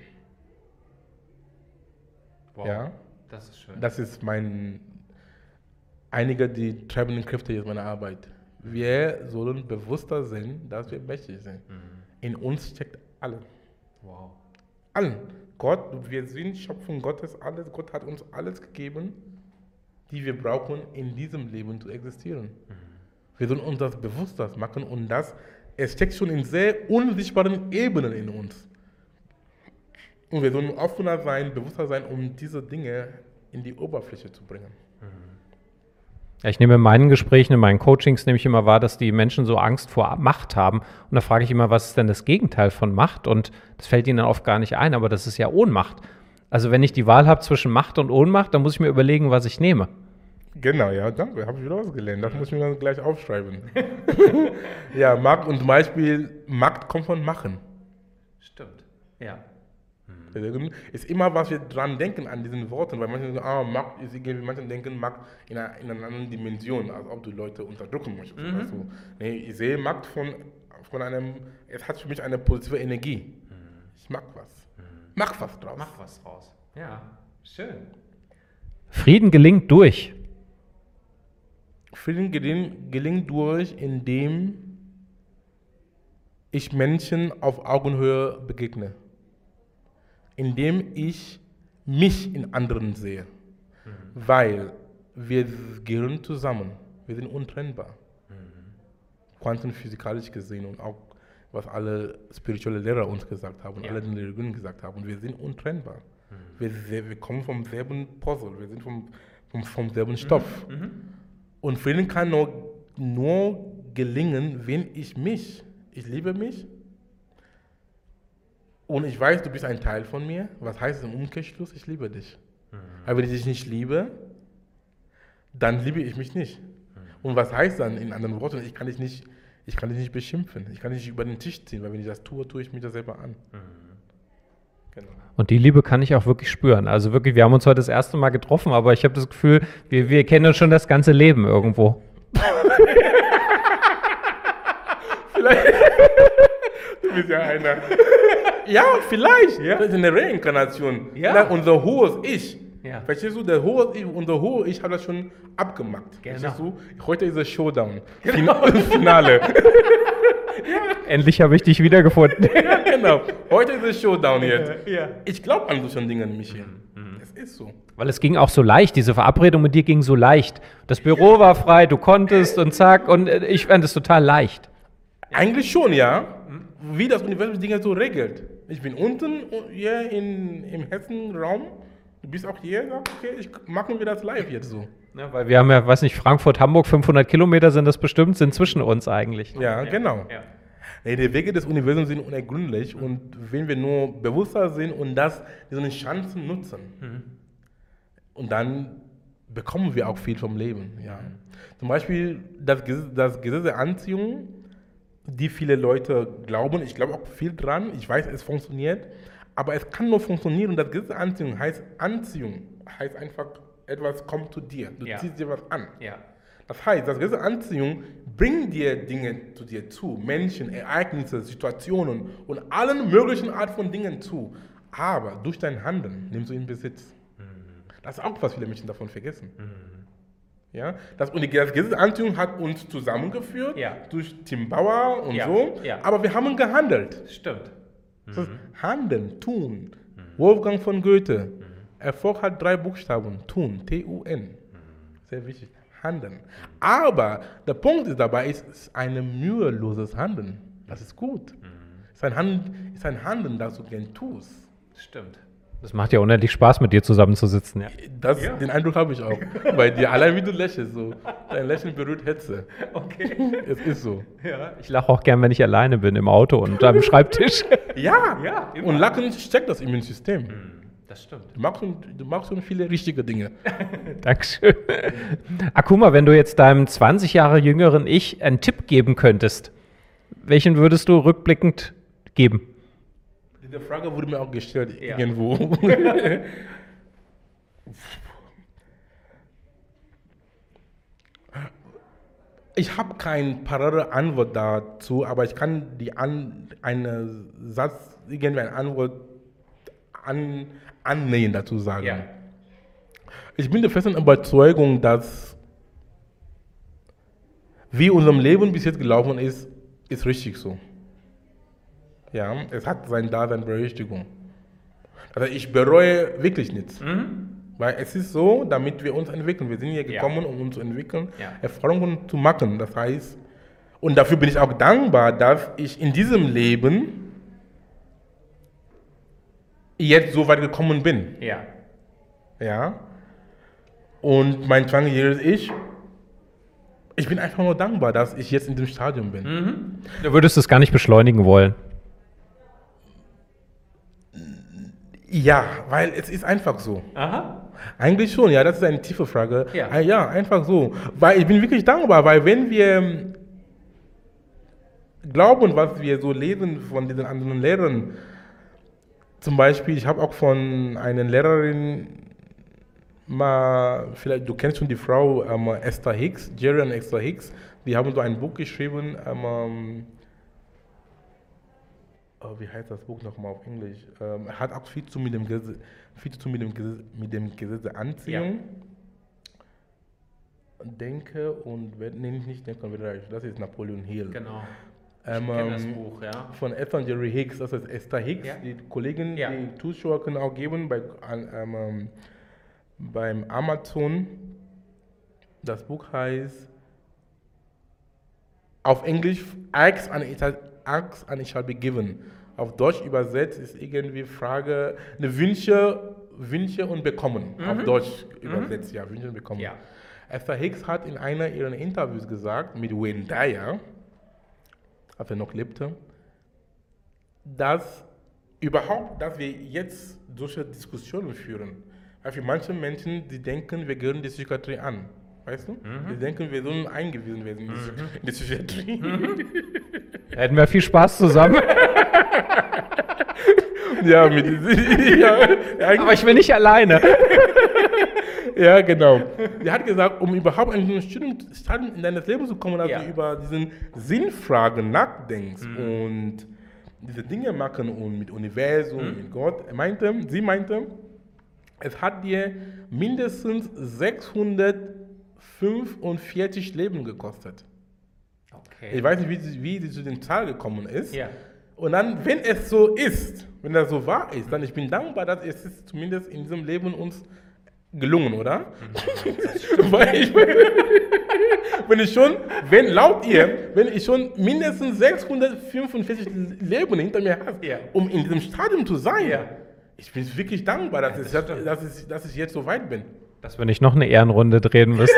Wow, ja? Das ist schön. Das ist einige die treibenden Kräfte jetzt meiner Arbeit. Wir sollen bewusster sein, dass wir mächtig sind. In uns steckt alles. Wow. Allen. Gott, wir sind Schöpfung Gottes, alles. Gott hat uns alles gegeben, die wir brauchen, in diesem Leben zu existieren. Wir sollen uns das bewusster machen und es steckt schon in sehr unsichtbaren Ebenen in uns. Und wir sollen offener sein, bewusster sein, um diese Dinge in die Oberfläche zu bringen. Ja, ich nehme in meinen Gesprächen, in meinen Coachings nehme ich immer wahr, dass die Menschen so Angst vor Macht haben. Und da frage ich immer, was ist denn das Gegenteil von Macht? Und das fällt ihnen dann oft gar nicht ein, aber das ist ja Ohnmacht. Also wenn ich die Wahl habe zwischen Macht und Ohnmacht, dann muss ich mir überlegen, was ich nehme. Genau, ja, danke, habe ich wieder was gelernt. Das muss ich mir dann gleich aufschreiben. Ja, Macht und zum Beispiel, Macht kommt von Machen. Stimmt, ja. Ist immer, was wir dran denken an diesen Worten, weil manche sagen, Macht ist irgendwie, manche denken Macht in einer anderen Dimension, als ob du Leute unterdrücken möchtest. Also, nee, ich sehe Macht von einem, es hat für mich eine positive Energie. Ich mag was. Mach was draus. Mach was draus. Ja, schön. Frieden gelingt durch. Frieden gelingt durch, indem ich Menschen auf Augenhöhe begegne. Indem ich mich in anderen sehe. Weil wir gehören zusammen. Wir sind untrennbar. Quantenphysikalisch gesehen und auch, was alle spirituellen Lehrer uns gesagt haben, alle den Religionen gesagt haben. Wir sind untrennbar. Wir kommen vom selben Puzzle, wir sind vom selben Stoff. Und Frieden kann nur gelingen, wenn ich liebe mich und ich weiß, du bist ein Teil von mir. Was heißt im Umkehrschluss? Ich liebe dich. Aber wenn ich dich nicht liebe, dann liebe ich mich nicht. Und was heißt dann in anderen Worten? Ich kann dich nicht beschimpfen, ich kann dich nicht über den Tisch ziehen, weil wenn ich das tue, tue ich mich das selber an. Genau. Und die Liebe kann ich auch wirklich spüren. Also wirklich, wir haben uns heute das erste Mal getroffen, aber ich habe das Gefühl, wir kennen uns schon das ganze Leben irgendwo. Vielleicht. Du bist ja einer. Ja, vielleicht. Ja. Das ist eine Reinkarnation. Ja. Unser hohes Ich. Ja. Verstehst du, unser hohes Ich hat das schon abgemacht. Genau. Verstehst du? Heute ist es Showdown. Genau. Finale. Endlich habe ich dich wiedergefunden. Ja, genau. Heute ist es Showdown jetzt. Ja. Ich glaube an solche Dinge, Michael. Es ist so. Weil es ging auch so leicht, diese Verabredung mit dir ging so leicht. Das Büro war frei, du konntest und zack, und ich fand es total leicht. Eigentlich schon, ja. Wie das Universum Dinge so regelt. Ich bin unten hier im Hessen-Raum. Du bist auch hier, sag, okay, machen wir das live jetzt so. Ja, weil wir haben ja, weiß nicht, Frankfurt, Hamburg, 500 Kilometer sind das bestimmt, sind zwischen uns eigentlich. Ja, genau. Ja. Nee, die Wege des Universums sind unergründlich und wenn wir nur bewusster sind und diese Chancen nutzen, und dann bekommen wir auch viel vom Leben. Ja. Zum Beispiel das Gesetz der Anziehung, die viele Leute glauben, ich glaube auch viel dran, ich weiß, es funktioniert, aber es kann nur funktionieren und das Gesetz der Anziehung heißt einfach, etwas kommt zu dir, du ziehst dir was an. Ja. Das heißt, das Gesetz der Anziehung bringt dir Dinge zu dir zu, Menschen, Ereignisse, Situationen und allen möglichen Art von Dingen zu, aber durch dein Handeln nimmst du in Besitz. Das ist auch, was viele Menschen davon vergessen. Ja, das Gesetzesanziehung hat uns zusammengeführt durch Tim Bauer und so, aber wir haben gehandelt. Stimmt. Das heißt, handeln, tun. Wolfgang von Goethe. Erfolg hat 3 Buchstaben, tun, T-U-N. Sehr wichtig, handeln. Aber der Punkt ist dabei, es ist ein müheloses Handeln. Das ist gut. Es ist ein Handeln, das du gern tust. Stimmt. Das macht ja unendlich Spaß, mit dir zusammenzusitzen. Ja. Den Eindruck habe ich auch. Bei dir, allein wie du lächelst, so. Dein Lächeln berührt Herzen. Okay. Es ist so. Ja, ich lache auch gern, wenn ich alleine bin im Auto und am Schreibtisch. Ja. Und Lachen steckt das Immunsystem. Das stimmt. Du machst schon viele richtige Dinge. Dankeschön. Akuma, wenn du jetzt deinem 20 Jahre jüngeren Ich einen Tipp geben könntest, welchen würdest du rückblickend geben? Diese Frage wurde mir auch gestellt irgendwo. Ich habe keine parallele Antwort dazu, aber ich kann eine Antwort annähern dazu sagen. Ja. Ich bin der festen Überzeugung, dass wie unserem Leben bis jetzt gelaufen ist richtig so. Ja, es hat seine Daseinsberechtigung. Also ich bereue wirklich nichts. Weil es ist so, damit wir uns entwickeln. Wir sind hier gekommen, um uns zu entwickeln, Erfahrungen zu machen. Das heißt, und dafür bin ich auch dankbar, dass ich in diesem Leben jetzt so weit gekommen bin. Ja. Und mein 20-jähriges ich bin einfach nur dankbar, dass ich jetzt in dem Stadium bin. Du würdest es gar nicht beschleunigen wollen. Ja, weil es ist einfach so. Aha. Eigentlich schon, ja, das ist eine tiefe Frage. Ja, einfach so. Weil ich bin wirklich dankbar, weil wenn wir glauben, was wir so lesen von diesen anderen Lehrern, zum Beispiel, ich habe auch von einer Lehrerin mal, vielleicht, du kennst schon die Frau Esther Hicks, Jerry und Esther Hicks, die haben so ein Buch geschrieben, wie heißt das Buch nochmal auf Englisch? Hat auch viel zu mit dem Gesetz der Anziehung. Denke und nicht denke und werde reich. Das ist Napoleon Hill. Genau. Ich kenne das Buch, Von Esther und Jerry Hicks, das ist Esther Hicks. Die Kollegen, die Zuschauer können auch geben beim Amazon. Das Buch heißt auf Englisch Ask and it shall be given. Auf Deutsch übersetzt ist irgendwie Frage, Wünsche und Bekommen. Auf Deutsch übersetzt, Wünsche und Bekommen. Ja. Esther Hicks hat in einer ihrer Interviews gesagt, mit Wayne Dyer, als er noch lebte, dass wir jetzt solche Diskussionen führen. Weil für manche Menschen, die denken, wir gehören die Psychiatrie an. Weißt du? Die denken, wir sollen eingewiesen werden in die Psychiatrie. Hätten wir viel Spaß zusammen. Aber ich bin nicht alleine. Ja, genau. Er hat gesagt, um überhaupt an einen bestimmten Stadium in deines Lebens zu kommen, dass du über diesen Sinnfragen nachdenkst und diese Dinge machen und mit Universum, mit Gott. Sie meinte, es hat dir mindestens 645 Leben gekostet. Okay. Ich weiß nicht, wie sie zu den Zahl gekommen ist. Ja. Und dann, wenn es so ist, wenn das so wahr ist, dann ich bin dankbar, dass es ist zumindest in diesem Leben uns gelungen, oder? Weil wenn ich schon mindestens 645 Leben hinter mir habe, um in diesem Stadium zu sein, ich bin wirklich dankbar, dass ich jetzt so weit bin. Dass wir nicht noch eine Ehrenrunde drehen müssen.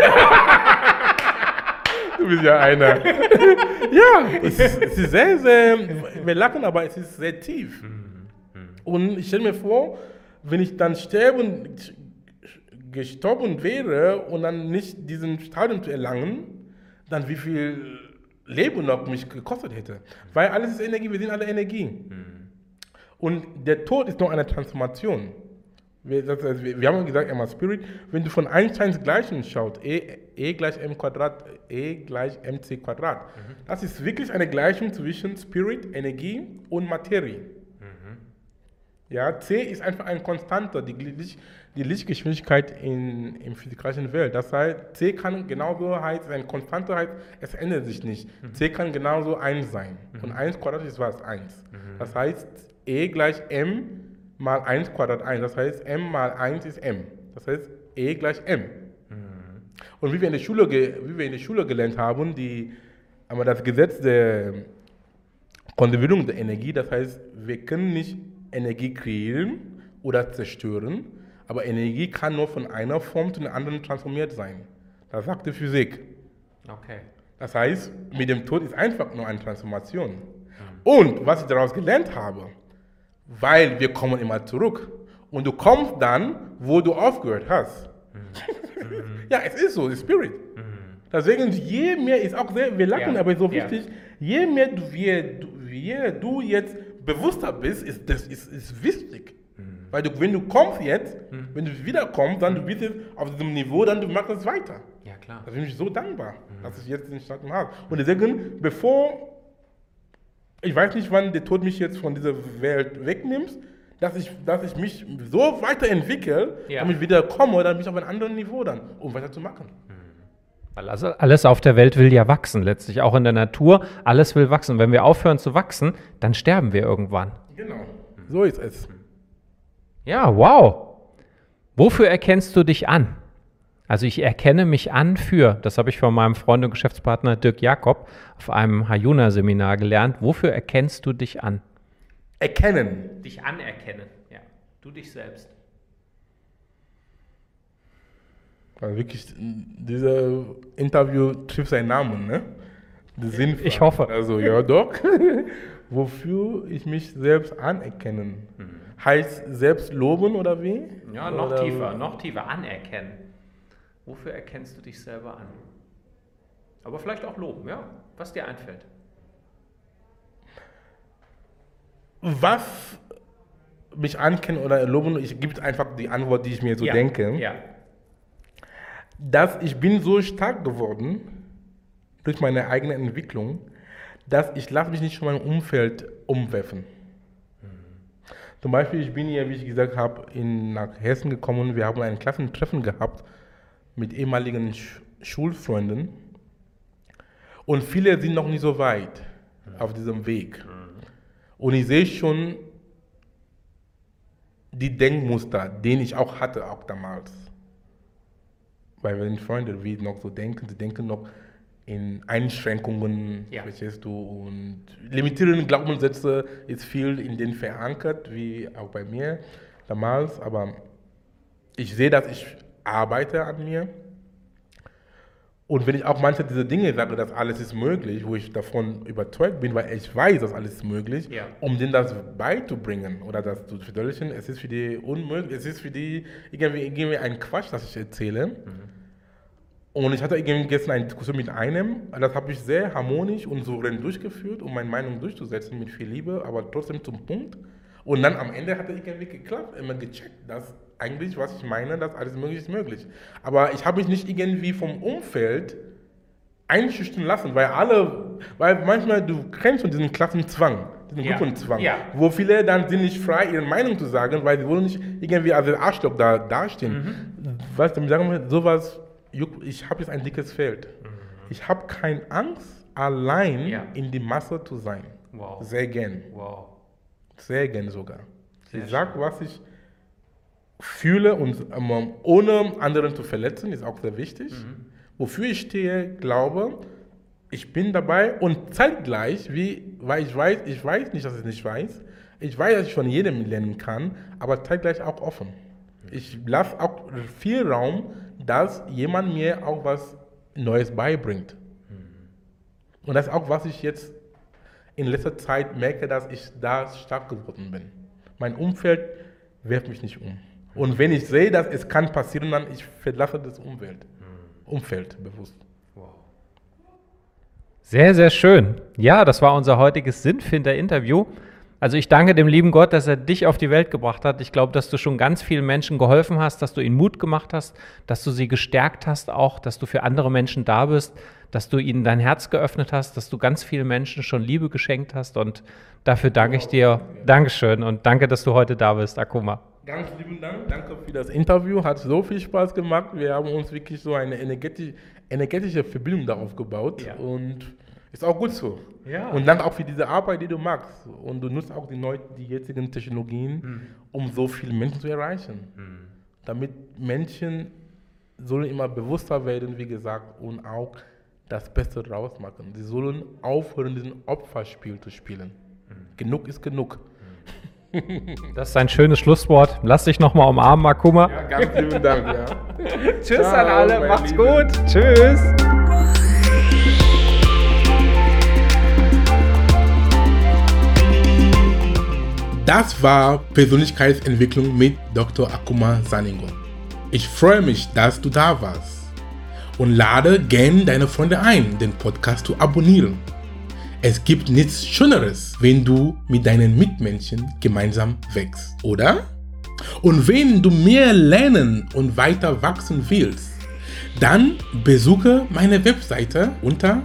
Du bist ja einer. Ja, es ist sehr, sehr, wir lachen, aber es ist sehr tief. Und ich stelle mir vor, wenn ich dann gestorben wäre und dann nicht diesen Stadium zu erlangen, dann wie viel Leben noch mich gekostet hätte. Weil alles ist Energie, wir sind alle Energie. Und der Tod ist noch eine Transformation. Wir haben gesagt, immer Spirit, wenn du von Einsteins Gleichung schaust, E gleich m Quadrat, E gleich mc Quadrat, das ist wirklich eine Gleichung zwischen Spirit, Energie und Materie. Ja, c ist einfach ein Konstante, die Lichtgeschwindigkeit in physikalischen Welt. Das heißt, c kann genauso heißt, eine Konstante heißt, es ändert sich nicht. C kann genauso 1 sein. Und 1 Quadrat ist was? 1. Das heißt, E gleich m mal 1 Quadrat 1. Das heißt, m mal 1 ist m. Das heißt, E gleich m. Und wie wir in der Schule gelernt haben, aber das Gesetz der Konservierung der Energie, das heißt, wir können nicht Energie kreieren oder zerstören, aber Energie kann nur von einer Form zu einer anderen transformiert sein. Das sagt die Physik. Okay. Das heißt, mit dem Tod ist einfach nur eine Transformation. Und was ich daraus gelernt habe, weil wir kommen immer zurück und du kommst dann, wo du aufgehört hast. Ja, es ist so, die Spirit. Deswegen, je mehr ist auch sehr, wir lachen, aber so wichtig, je mehr du jetzt bewusster bist, ist wichtig. Weil wenn du kommst jetzt, wenn du wiederkommst, dann du bist jetzt auf diesem Niveau, dann du machst es weiter. Ja, klar. Da bin ich so dankbar, dass ich jetzt den Status habe. Und deswegen, ich weiß nicht, wann der Tod mich jetzt von dieser Welt wegnimmt, dass ich mich so weiterentwickle, damit ich wieder komme, dann bin ich auf einem anderen Niveau dann, um weiter zu machen. Weil also alles auf der Welt will ja wachsen, letztlich auch in der Natur, alles will wachsen. Und wenn wir aufhören zu wachsen, dann sterben wir irgendwann. Genau, so ist es. Ja, wow. Wofür erkennst du dich an? Also ich erkenne mich an das habe ich von meinem Freund und Geschäftspartner Dirk Jakob auf einem Hayuna-Seminar gelernt. Wofür erkennst du dich an? Erkennen. Dich anerkennen, ja. Du dich selbst. Also wirklich, dieser Interview trifft seinen Namen, ne? Ich hoffe. Also ja, doch. Wofür ich mich selbst anerkennen. Heißt selbst loben oder wie? Ja, noch tiefer, anerkennen. Wofür erkennst du dich selber an? Aber vielleicht auch loben, ja, was dir einfällt. Was mich anerkennen oder loben, ich gebe einfach die Antwort, die ich mir so denke. Ja. Dass ich bin so stark geworden durch meine eigene Entwicklung, dass ich lasse mich nicht von meinem Umfeld umwerfen. Zum Beispiel, ich bin hier, wie ich gesagt habe, nach Hessen gekommen. Wir haben ein Klassentreffen gehabt mit ehemaligen Schulfreunden. Und viele sind noch nicht so weit auf diesem Weg. Und ich sehe schon die Denkmuster, den ich auch hatte, auch damals. Weil wenn Freunde wie noch so denken, sie denken noch in Einschränkungen, verstehst du, und limitierende Glaubenssätze ist viel in denen verankert, wie auch bei mir damals, aber ich sehe, dass ich arbeite an mir. Und wenn ich auch manche dieser Dinge sage, dass alles ist möglich, wo ich davon überzeugt bin, weil ich weiß, dass alles ist möglich, um denen das beizubringen oder das zu verdeutlichen, es ist für die unmöglich, es ist für die irgendwie ein Quatsch, das ich erzähle. Und ich hatte irgendwie gestern eine Diskussion mit einem, das habe ich sehr harmonisch und souverän durchgeführt, um meine Meinung durchzusetzen mit viel Liebe, aber trotzdem zum Punkt. Und dann am Ende hat er irgendwie geklappt, immer gecheckt, dass eigentlich, was ich meine, dass alles möglich ist möglich. Aber ich habe mich nicht irgendwie vom Umfeld einschüchtern lassen, weil manchmal du kennst schon diesen Klassenzwang, diesen Gruppenzwang, wo viele dann sind nicht frei, ihre Meinung zu sagen, weil sie wollen nicht irgendwie als Arschloch da dastehen. Was damit sagen wir, sowas, ich habe jetzt ein dickes Feld. Ich habe keine Angst, allein in die Masse zu sein. Wow. Sehr gern. Wow. Sehr gern sogar. Ich sage, was ich fühle und ohne anderen zu verletzen, ist auch sehr wichtig. Wofür ich stehe, glaube, ich bin dabei und zeitgleich, weil ich weiß nicht, dass ich nicht weiß. Ich weiß, dass ich von jedem lernen kann, aber zeitgleich auch offen. Ich lasse auch viel Raum, dass jemand mir auch was Neues beibringt. Und das ist auch, was ich jetzt in letzter Zeit merke, dass ich da stark geworden bin. Mein Umfeld wirft mich nicht um. Und wenn ich sehe, dass es kann passieren, dann ich verlasse das Umfeld bewusst. Wow. Sehr, sehr schön. Ja, das war unser heutiges Sinnfinder-Interview. Also ich danke dem lieben Gott, dass er dich auf die Welt gebracht hat. Ich glaube, dass du schon ganz vielen Menschen geholfen hast, dass du ihnen Mut gemacht hast, dass du sie gestärkt hast auch, dass du für andere Menschen da bist, dass du ihnen dein Herz geöffnet hast, dass du ganz vielen Menschen schon Liebe geschenkt hast und dafür danke ich dir. Dankeschön und danke, dass du heute da bist, Akuma. Ganz lieben Dank, danke für das Interview, hat so viel Spaß gemacht. Wir haben uns wirklich so eine energetische Verbindung darauf gebaut und ist auch gut so. Ja. Und danke auch für diese Arbeit, die du machst. Und du nutzt auch die jetzigen Technologien, um so viele Menschen zu erreichen. Damit Menschen sollen immer bewusster werden, wie gesagt, und auch das Beste draus machen. Sie sollen aufhören, diesen Opferspiel zu spielen. Genug ist genug. Das ist ein schönes Schlusswort. Lass dich nochmal umarmen, Akuma. Ja, ganz lieben Dank. Ja. Tschüss Ciao, an alle, meine macht's Liebe. gut. Tschüss. Das war Persönlichkeitsentwicklung mit Dr. Akuma Saningong. Ich freue mich, dass du da warst und lade gerne deine Freunde ein, den Podcast zu abonnieren. Es gibt nichts Schöneres, wenn du mit deinen Mitmenschen gemeinsam wächst, oder? Und wenn du mehr lernen und weiter wachsen willst, dann besuche meine Webseite unter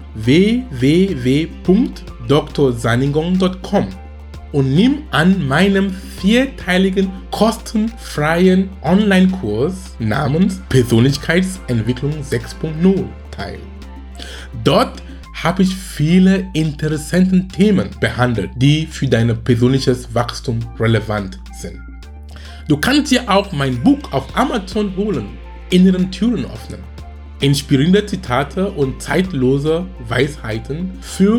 www.drsaningong.com und nimm an meinem 4-teiligen kostenfreien Online-Kurs namens Persönlichkeitsentwicklung 6.0 teil. Dort habe ich viele interessante Themen behandelt, die für dein persönliches Wachstum relevant sind. Du kannst dir auch mein Buch auf Amazon holen, Inneren Türen öffnen. Inspirierende Zitate und zeitlose Weisheiten für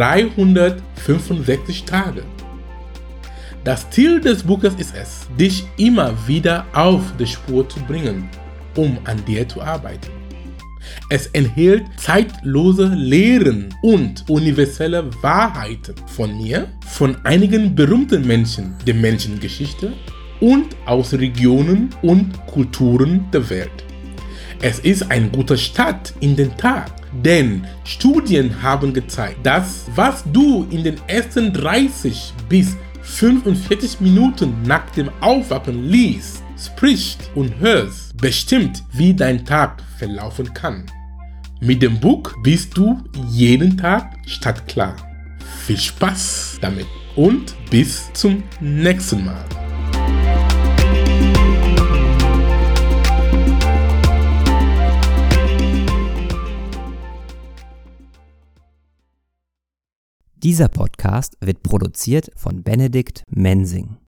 365 Tage. Das Ziel des Buches ist es, dich immer wieder auf die Spur zu bringen, um an dir zu arbeiten. Es enthält zeitlose Lehren und universelle Wahrheiten von mir, von einigen berühmten Menschen der Menschengeschichte und aus Regionen und Kulturen der Welt. Es ist ein guter Start in den Tag, denn Studien haben gezeigt, dass was du in den ersten 30 bis 45 Minuten nach dem Aufwachen liest, sprichst und hörst, bestimmt, wie dein Tag verlaufen kann. Mit dem Buch bist du jeden Tag startklar. Viel Spaß damit und bis zum nächsten Mal. Dieser Podcast wird produziert von Benedikt Mensing.